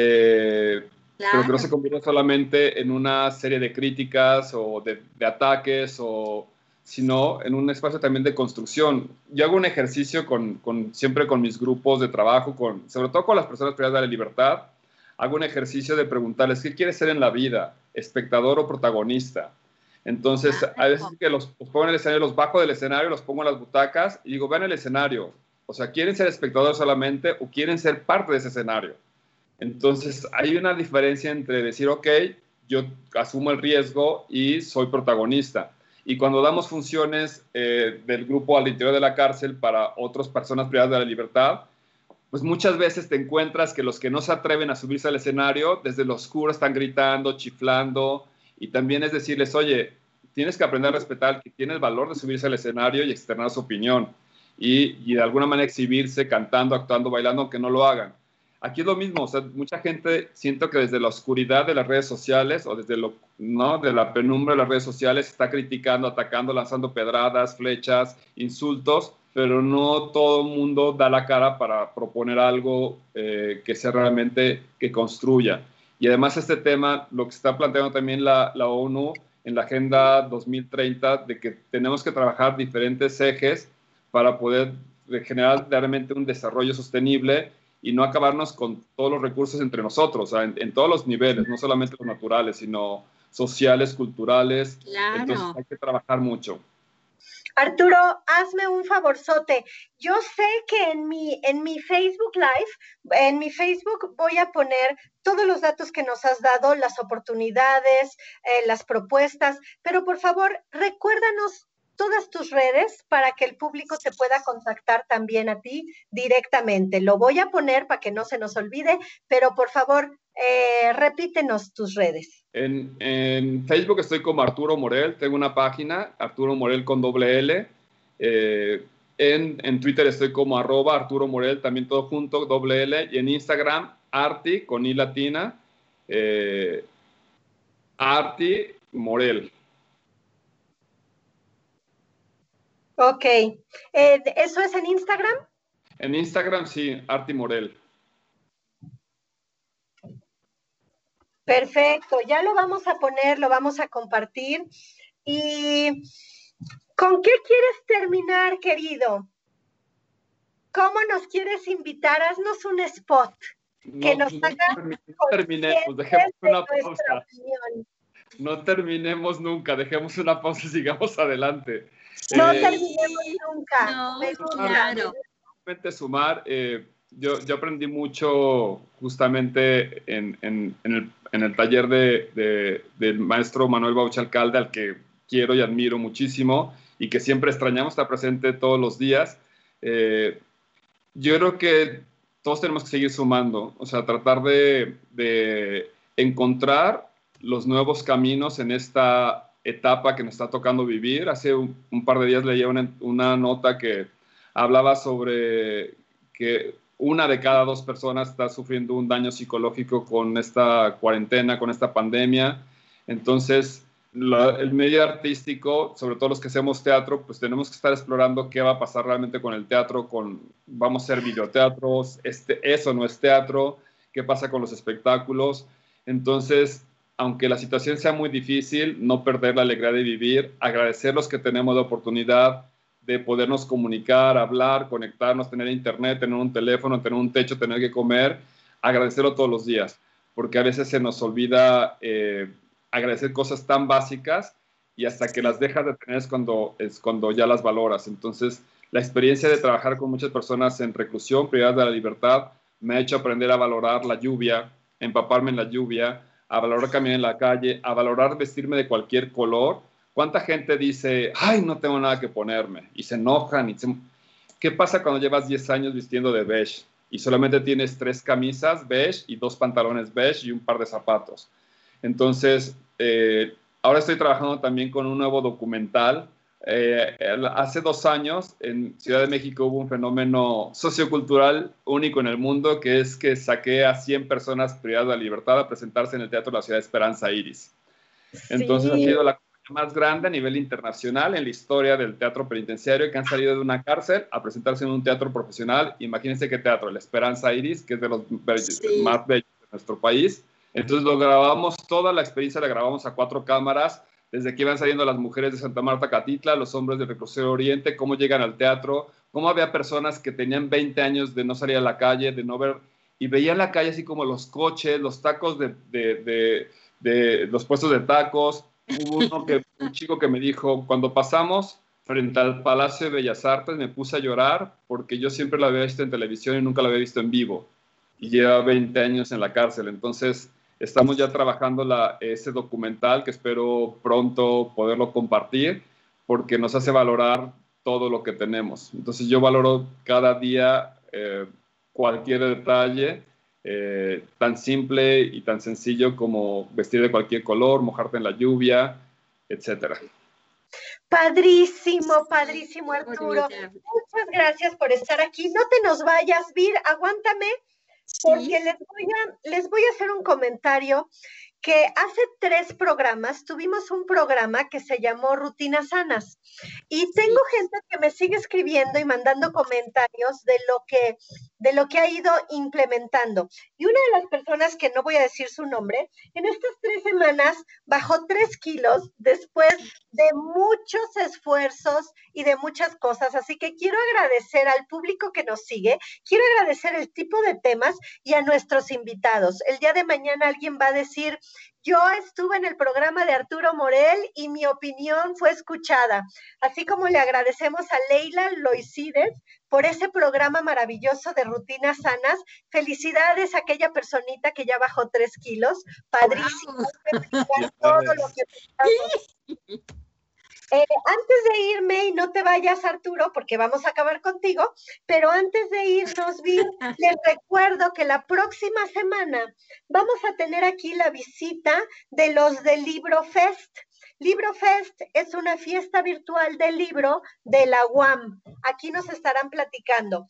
Speaker 3: Eh, Claro. Pero que no se convierte solamente en una serie de críticas o de, de ataques, o, sino en un espacio también de construcción. Yo hago un ejercicio con, con, siempre con mis grupos de trabajo, con, sobre todo con las personas privadas de la libertad. Hago un ejercicio de preguntarles, ¿qué quieres ser en la vida? ¿Espectador o protagonista? Entonces, a veces que los, los pongo en el escenario, los bajo del escenario, los pongo en las butacas y digo, vean el escenario. O sea, ¿quieren ser espectadores solamente o quieren ser parte de ese escenario? Entonces, hay una diferencia entre decir, ok, yo asumo el riesgo y soy protagonista. Y cuando damos funciones eh, del grupo al interior de la cárcel para otras personas privadas de la libertad, pues muchas veces te encuentras que los que no se atreven a subirse al escenario, desde lo oscuro están gritando, chiflando, y también es decirles, oye, tienes que aprender a respetar que tiene el valor de subirse al escenario y externar su opinión, y, y de alguna manera exhibirse cantando, actuando, bailando, aunque no lo hagan. Aquí es lo mismo, o sea, mucha gente siento que desde la oscuridad de las redes sociales o desde lo, ¿no? de la penumbra de las redes sociales está criticando, atacando, lanzando pedradas, flechas, insultos, pero no todo el mundo da la cara para proponer algo eh, que sea realmente que construya. Y además este tema, lo que está planteando también la, la ONU en la Agenda dos mil treinta, de que tenemos que trabajar diferentes ejes para poder generar realmente un desarrollo sostenible y no acabarnos con todos los recursos entre nosotros, o sea, en, en todos los niveles, no solamente los naturales, sino sociales, culturales.
Speaker 2: Claro.
Speaker 3: Entonces hay que trabajar mucho.
Speaker 1: Arturo, hazme un favorzote. Yo sé que en mi, en mi Facebook Live, en mi Facebook voy a poner todos los datos que nos has dado, las oportunidades, eh, las propuestas, pero por favor, recuérdanos todas tus redes para que el público te pueda contactar también a ti directamente. Lo voy a poner para que no se nos olvide, pero por favor, eh, repítenos tus redes.
Speaker 3: En, en Facebook estoy como Arturo Morel, tengo una página, Arturo Morel con doble L. Eh, en, en Twitter estoy como arroba Arturo Morel, también todo junto, doble L. Y en Instagram, Arti con I latina, eh, Arti Morel.
Speaker 1: Ok. Eh, ¿Eso es en Instagram?
Speaker 3: En Instagram, sí, Arti Morel.
Speaker 1: Perfecto, ya lo vamos a poner, lo vamos a compartir. ¿Y con qué quieres terminar, querido? ¿Cómo nos quieres invitar? Haznos un spot que
Speaker 3: No,
Speaker 1: nos
Speaker 3: no,
Speaker 1: haga
Speaker 3: no terminemos, dejemos una pausa. No terminemos nunca, dejemos una pausa y sigamos adelante.
Speaker 1: No
Speaker 3: eh,
Speaker 1: terminemos nunca.
Speaker 2: No,
Speaker 1: Me gusta.
Speaker 2: claro.
Speaker 3: Sumar, eh, yo, yo aprendí mucho justamente en, en, en, el, en el taller de, de, del maestro Manuel Bauch Alcalde, al que quiero y admiro muchísimo y que siempre extrañamos, está presente todos los días. Eh, yo creo que todos tenemos que seguir sumando, o sea, tratar de, de encontrar los nuevos caminos en esta etapa que nos está tocando vivir. Hace un, un par de días leía una, una nota que hablaba sobre que una de cada dos personas está sufriendo un daño psicológico con esta cuarentena, con esta pandemia. Entonces, la, el medio artístico, sobre todo los que hacemos teatro, pues tenemos que estar explorando qué va a pasar realmente con el teatro, con, vamos a hacer videoteatros, este, eso no es teatro, qué pasa con los espectáculos. Entonces, aunque la situación sea muy difícil, no perder la alegría de vivir, agradecer los que tenemos la oportunidad de podernos comunicar, hablar, conectarnos, tener internet, tener un teléfono, tener un techo, tener que comer, agradecerlo todos los días, porque a veces se nos olvida eh, agradecer cosas tan básicas y hasta que las dejas de tener es cuando, es cuando ya las valoras. Entonces, la experiencia de trabajar con muchas personas en reclusión, privadas de la libertad, me ha hecho aprender a valorar la lluvia, empaparme en la lluvia, a valorar caminar en la calle, a valorar vestirme de cualquier color. ¿Cuánta gente dice, ay, no tengo nada que ponerme? Y se enojan. Y se... ¿Qué pasa cuando llevas diez años vistiendo de beige y solamente tienes tres camisas beige y dos pantalones beige y un par de zapatos? Entonces, eh, ahora estoy trabajando también con un nuevo documental. Eh, hace dos años en Ciudad de México hubo un fenómeno sociocultural único en el mundo, que es que saqué a cien personas privadas de la libertad a presentarse en el Teatro de la Ciudad de Esperanza Iris. Entonces sí. Ha sido la más grande a nivel internacional en la historia del teatro penitenciario, que han salido de una cárcel a presentarse en un teatro profesional. Imagínense qué teatro, la Esperanza Iris, que es de los sí. más bellos de nuestro país. Entonces lo grabamos, toda la experiencia la grabamos a cuatro cámaras, desde que iban saliendo las mujeres de Santa Marta, Catitla, los hombres del Reclusorio Oriente, cómo llegan al teatro, cómo había personas que tenían veinte años de no salir a la calle, de no ver, y veían la calle así como los coches, los tacos de, de, de, de los puestos de tacos. Hubo uno que, un chico que me dijo, cuando pasamos frente al Palacio de Bellas Artes me puse a llorar porque yo siempre la había visto en televisión y nunca la había visto en vivo. y lleva veinte años en la cárcel. Entonces, estamos ya trabajando la, ese documental que espero pronto poderlo compartir porque nos hace valorar todo lo que tenemos. Entonces, yo valoro cada día eh, cualquier detalle, eh, tan simple y tan sencillo como vestir de cualquier color, mojarte en la lluvia, etcétera.
Speaker 1: Padrísimo, padrísimo, Arturo. Muchas gracias por estar aquí. No te nos vayas, Vir, aguántame, porque sí. les, voy a, les voy a hacer un comentario que hace tres programas tuvimos un programa que se llamó Rutinas Sanas y tengo sí. gente que me sigue escribiendo y mandando comentarios de lo que de lo que ha ido implementando. Y una de las personas, que no voy a decir su nombre, en estas tres semanas bajó tres kilos después de muchos esfuerzos y de muchas cosas. Así que quiero agradecer al público que nos sigue, quiero agradecer el tipo de temas y a nuestros invitados. El día de mañana alguien va a decir, yo estuve en el programa de Arturo Morel y mi opinión fue escuchada. Así como le agradecemos a Leila Loisides por ese programa maravilloso de Rutinas Sanas. Felicidades a aquella personita que ya bajó tres kilos. Padrísimo. Wow. Todo lo que pensamos. Eh, antes de irme, y no te vayas, Arturo, porque vamos a acabar contigo, pero antes de irnos, Vir, les recuerdo que la próxima semana vamos a tener aquí la visita de los de Libro Fest. Libro Fest es una fiesta virtual del libro de la U A M. Aquí nos estarán platicando.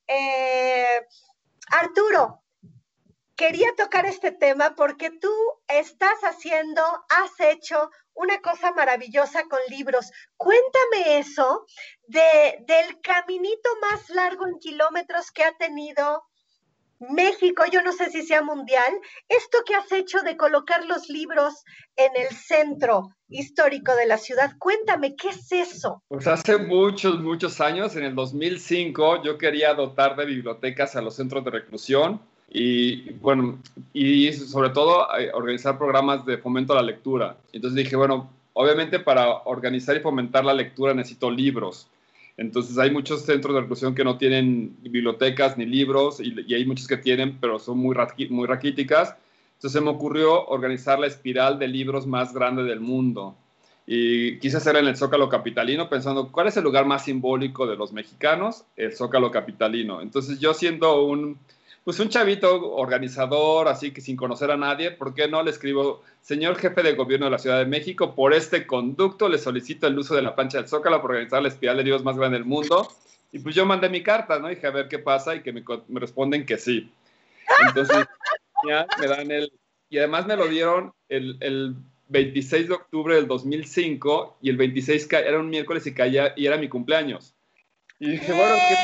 Speaker 1: Eh, Arturo, quería tocar este tema porque tú estás haciendo, has hecho una cosa maravillosa con libros. Cuéntame eso de, del caminito más largo en kilómetros que ha tenido México, yo no sé si sea mundial, esto que has hecho de colocar los libros en el centro histórico de la ciudad. Cuéntame, ¿qué es eso?
Speaker 3: Pues hace muchos, muchos años, en el dos mil cinco, yo quería dotar de bibliotecas a los centros de reclusión y, bueno, y sobre todo organizar programas de fomento a la lectura. Entonces dije, bueno, obviamente para organizar y fomentar la lectura necesito libros. Entonces hay muchos centros de reclusión que no tienen bibliotecas ni libros y, y hay muchos que tienen, pero son muy, muy raquíticas. Entonces se me ocurrió organizar la espiral de libros más grande del mundo. Y quise hacerla en el Zócalo Capitalino pensando, ¿cuál es el lugar más simbólico de los mexicanos? El Zócalo Capitalino. Entonces yo siendo un, pues un chavito organizador, así que sin conocer a nadie, ¿por qué no le escribo, señor jefe de gobierno de la Ciudad de México, por este conducto le solicito el uso de la plancha del Zócalo para organizar la espiral de libros más grande del mundo? Y pues yo mandé mi carta, ¿no? Y dije, a ver qué pasa, y que me, me responden que sí. Entonces, ya me dan el... Y además me lo dieron el, el veintiséis de octubre del dos mil cinco, y el veintiséis era un miércoles y, caía, y era mi cumpleaños. Y dije, bueno, ¿qué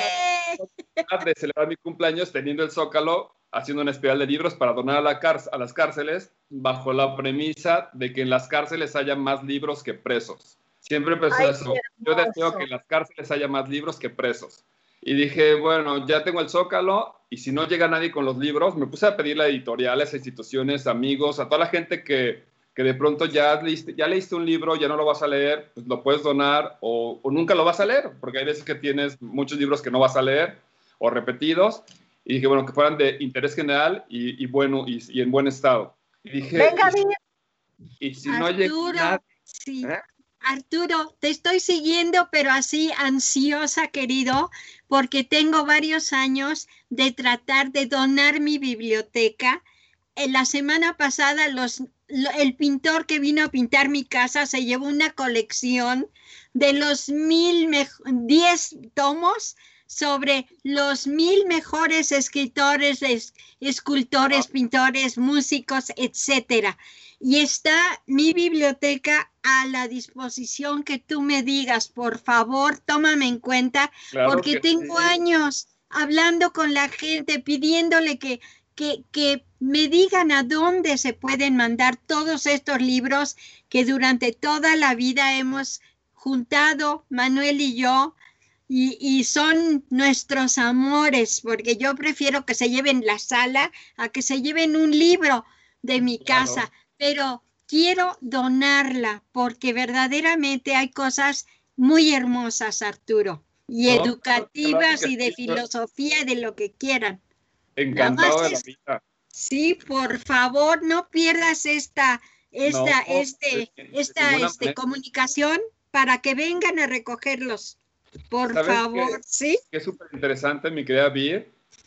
Speaker 3: más de celebrar mi cumpleaños teniendo el Zócalo haciendo una espiral de libros para donar a, la a las cárceles bajo la premisa de que en las cárceles haya más libros que presos? Siempre pensé eso. Yo deseo que en las cárceles haya más libros que presos. Y dije, bueno, ya tengo el Zócalo y si no llega nadie con los libros, me puse a pedirle a editoriales, a instituciones, amigos, a toda la gente que, que de pronto ya leíste, ya leíste un libro, ya no lo vas a leer, pues lo puedes donar o, o nunca lo vas a leer, porque hay veces que tienes muchos libros que no vas a leer o repetidos. Y dije, bueno, que fueran de interés general y, y bueno, y, y en buen estado. Y dije,
Speaker 1: venga, bien.
Speaker 3: Y, y si Arturo, no llega nadie,
Speaker 2: sí. ¿eh? Arturo, te estoy siguiendo, pero así ansiosa, querido, porque tengo varios años de tratar de donar mi biblioteca. En la semana pasada, los, el pintor que vino a pintar mi casa se llevó una colección de los mil, diez tomos sobre los mil mejores escritores, escultores, pintores, músicos, etcétera. Y está mi biblioteca a la disposición que tú me digas, por favor, tómame en cuenta, claro, porque tengo sí. años hablando con la gente, pidiéndole que, que, que me digan a dónde se pueden mandar todos estos libros que durante toda la vida hemos juntado, Manuel y yo, y, y son nuestros amores, porque yo prefiero que se lleven la sala a que se lleven un libro de mi casa. Claro. Pero quiero donarla porque verdaderamente hay cosas muy hermosas, Arturo, y no, educativas no, y de filosofía y de lo que quieran.
Speaker 3: encantado de la vida.
Speaker 2: Sí, por favor, no pierdas esta, esta,
Speaker 3: No,
Speaker 2: este,
Speaker 3: de- de
Speaker 2: esta,
Speaker 3: ninguna
Speaker 2: este,
Speaker 3: manera.
Speaker 2: comunicación para que vengan a recogerlos. Por
Speaker 3: ¿Sabes
Speaker 2: favor,
Speaker 3: qué?
Speaker 2: ¿sí?
Speaker 3: Que es súper interesante, mi querida Vir,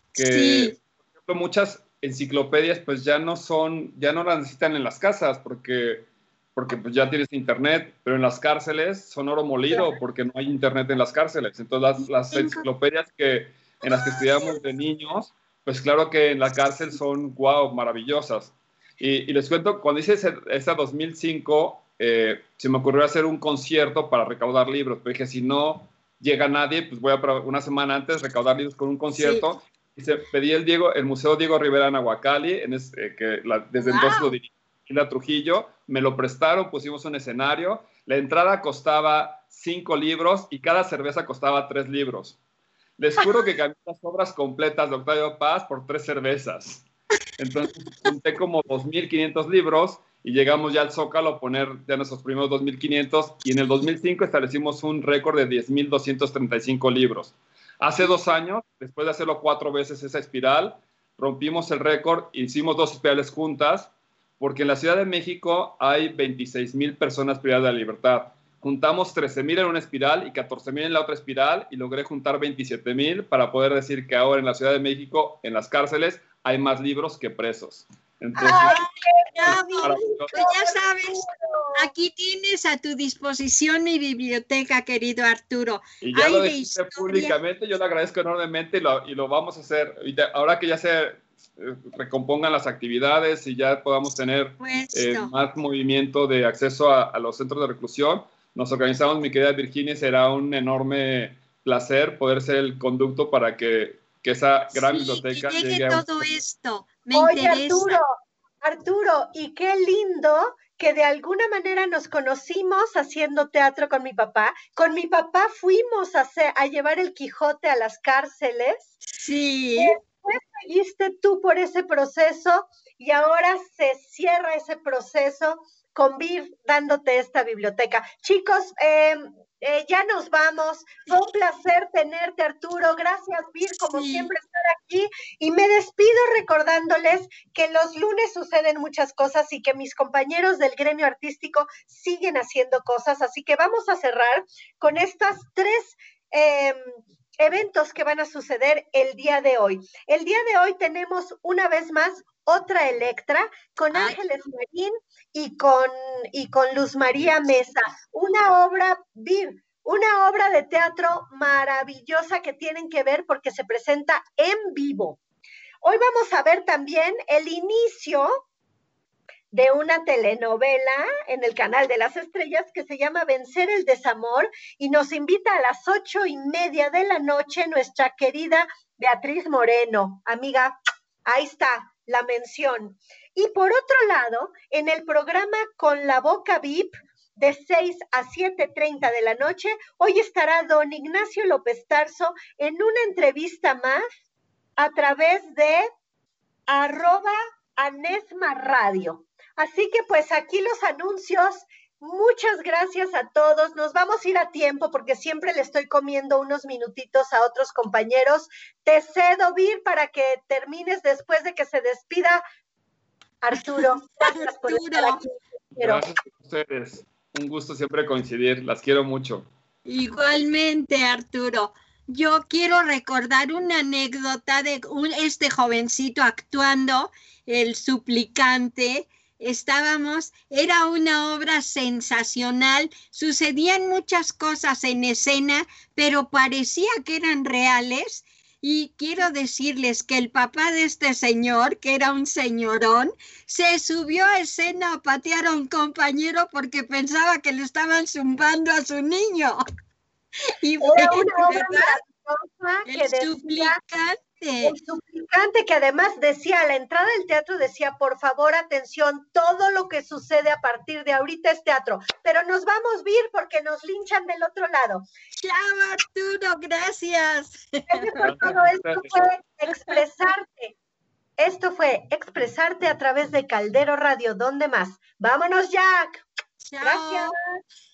Speaker 3: que,
Speaker 2: Sí,
Speaker 3: por ejemplo, muchas enciclopedias pues ya no son, ya no las necesitan en las casas porque, porque pues ya tienes internet, pero en las cárceles son oro molido porque no hay internet en las cárceles. Entonces las, las
Speaker 2: tengo,
Speaker 3: enciclopedias que, en las que estudiamos de niños, pues claro que en la cárcel son, wow, maravillosas. Y, y les cuento, cuando hice ese, esa dos mil cinco, eh, se me ocurrió hacer un concierto para recaudar libros, pero dije, si no llega nadie, pues voy a una semana antes recaudar libros con un
Speaker 2: sí.
Speaker 3: concierto. Y se pedí el, Diego, el Museo Diego Rivera en Aguacali, en es, eh, que la, desde
Speaker 2: Wow.
Speaker 3: entonces lo dirigí a Trujillo, me lo prestaron, pusimos un escenario, la entrada costaba cinco libros y cada cerveza costaba tres libros. Les juro que cambié las obras completas de Octavio Paz por tres cervezas. Entonces junté como dos mil quinientos libros y llegamos ya al Zócalo a poner ya nuestros primeros dos mil quinientos y en el dos mil cinco establecimos un récord de diez mil doscientos treinta y cinco libros. Hace dos años, después de hacerlo cuatro veces esa espiral, rompimos el récord, hicimos dos espirales juntas, porque en la Ciudad de México hay veintiséis mil personas privadas de la libertad. Juntamos trece mil en una espiral y catorce mil en la otra espiral y logré juntar veintisiete mil para poder decir que ahora en la Ciudad de México, en las cárceles, hay más libros que presos. Entonces,
Speaker 2: ¡Ay,
Speaker 3: es
Speaker 2: bravo!
Speaker 3: maravilloso.
Speaker 2: Pues ya sabes, aquí tienes a tu disposición mi biblioteca, querido Arturo.
Speaker 3: Y ya
Speaker 2: Hay
Speaker 3: lo
Speaker 2: de
Speaker 3: dijiste
Speaker 2: historia.
Speaker 3: públicamente, yo le agradezco enormemente y lo, y lo vamos a hacer. Y te- ahora que ya se eh, recompongan las actividades y ya podamos tener eh,
Speaker 2: Puesto.
Speaker 3: más movimiento de acceso a, a los centros de reclusión, nos organizamos, mi querida Virginia, y será un enorme placer poder ser el conducto para que, que esa gran
Speaker 2: Sí,
Speaker 3: biblioteca
Speaker 2: que llegue
Speaker 3: llegue a un...
Speaker 2: todo esto. Me
Speaker 1: Oye,
Speaker 2: interesa.
Speaker 1: Arturo, Arturo, y qué lindo que de alguna manera nos conocimos haciendo teatro con mi papá. Con mi papá fuimos a, hacer, a llevar el Quijote a las cárceles.
Speaker 2: Sí.
Speaker 1: Después seguiste tú por ese proceso y ahora se cierra ese proceso con Vir dándote esta biblioteca. Chicos, eh, eh, ya nos vamos. Fue un placer tenerte, Arturo. Gracias, Vir, como
Speaker 2: Sí.
Speaker 1: siempre, estar aquí. Y me despido recordándoles que los lunes suceden muchas cosas y que mis compañeros del gremio artístico siguen haciendo cosas. Así que vamos a cerrar con estas tres eh, eventos que van a suceder el día de hoy. El día de hoy tenemos una vez más otra Electra con
Speaker 2: Ay.
Speaker 1: Ángeles Marín y con, y con Luz María Mesa. Una obra, Vir, una obra de teatro maravillosa que tienen que ver porque se presenta en vivo. Hoy vamos a ver también el inicio de una telenovela en el canal de las estrellas que se llama Vencer el Desamor y nos invita a las ocho y media de la noche nuestra querida Beatriz Moreno. Amiga, ahí está la mención. Y por otro lado, en el programa Con la Boca V I P, de seis a siete treinta de la noche, hoy estará don Ignacio López Tarso en una entrevista más a través de arroba Anesma Radio. Así que pues aquí los anuncios. Muchas gracias a todos. Nos vamos a ir a tiempo porque siempre le estoy comiendo unos minutitos a otros compañeros. Te cedo, Vir, para que termines después de que se despida Arturo. Gracias por estar aquí.
Speaker 3: Gracias a ustedes. Un gusto siempre coincidir. Las quiero mucho.
Speaker 2: Igualmente, Arturo. Yo quiero recordar una anécdota de un, este jovencito actuando, el suplicante. Estábamos, era una obra sensacional, sucedían muchas cosas en escena, pero parecía que eran reales. Y quiero decirles que el papá de este señor, que era un señorón, se subió a escena a patear a un compañero porque pensaba que le estaban zumbando a su niño. Y fue,
Speaker 1: era una obra
Speaker 2: ¿verdad?
Speaker 1: maravillosa
Speaker 2: El
Speaker 1: que decía,
Speaker 2: suplicante.
Speaker 1: el suplicante que además decía a la entrada del teatro, decía, por favor, atención, todo lo que sucede a partir de ahorita es teatro, pero nos vamos, Vir, porque nos linchan del otro lado.
Speaker 2: Chao, Arturo, gracias.
Speaker 1: Gracias por todo. Esto fue expresarte. Esto fue expresarte a través de Caldero Radio. ¿Dónde más? Vámonos, Jack.
Speaker 2: Chao.
Speaker 1: Gracias.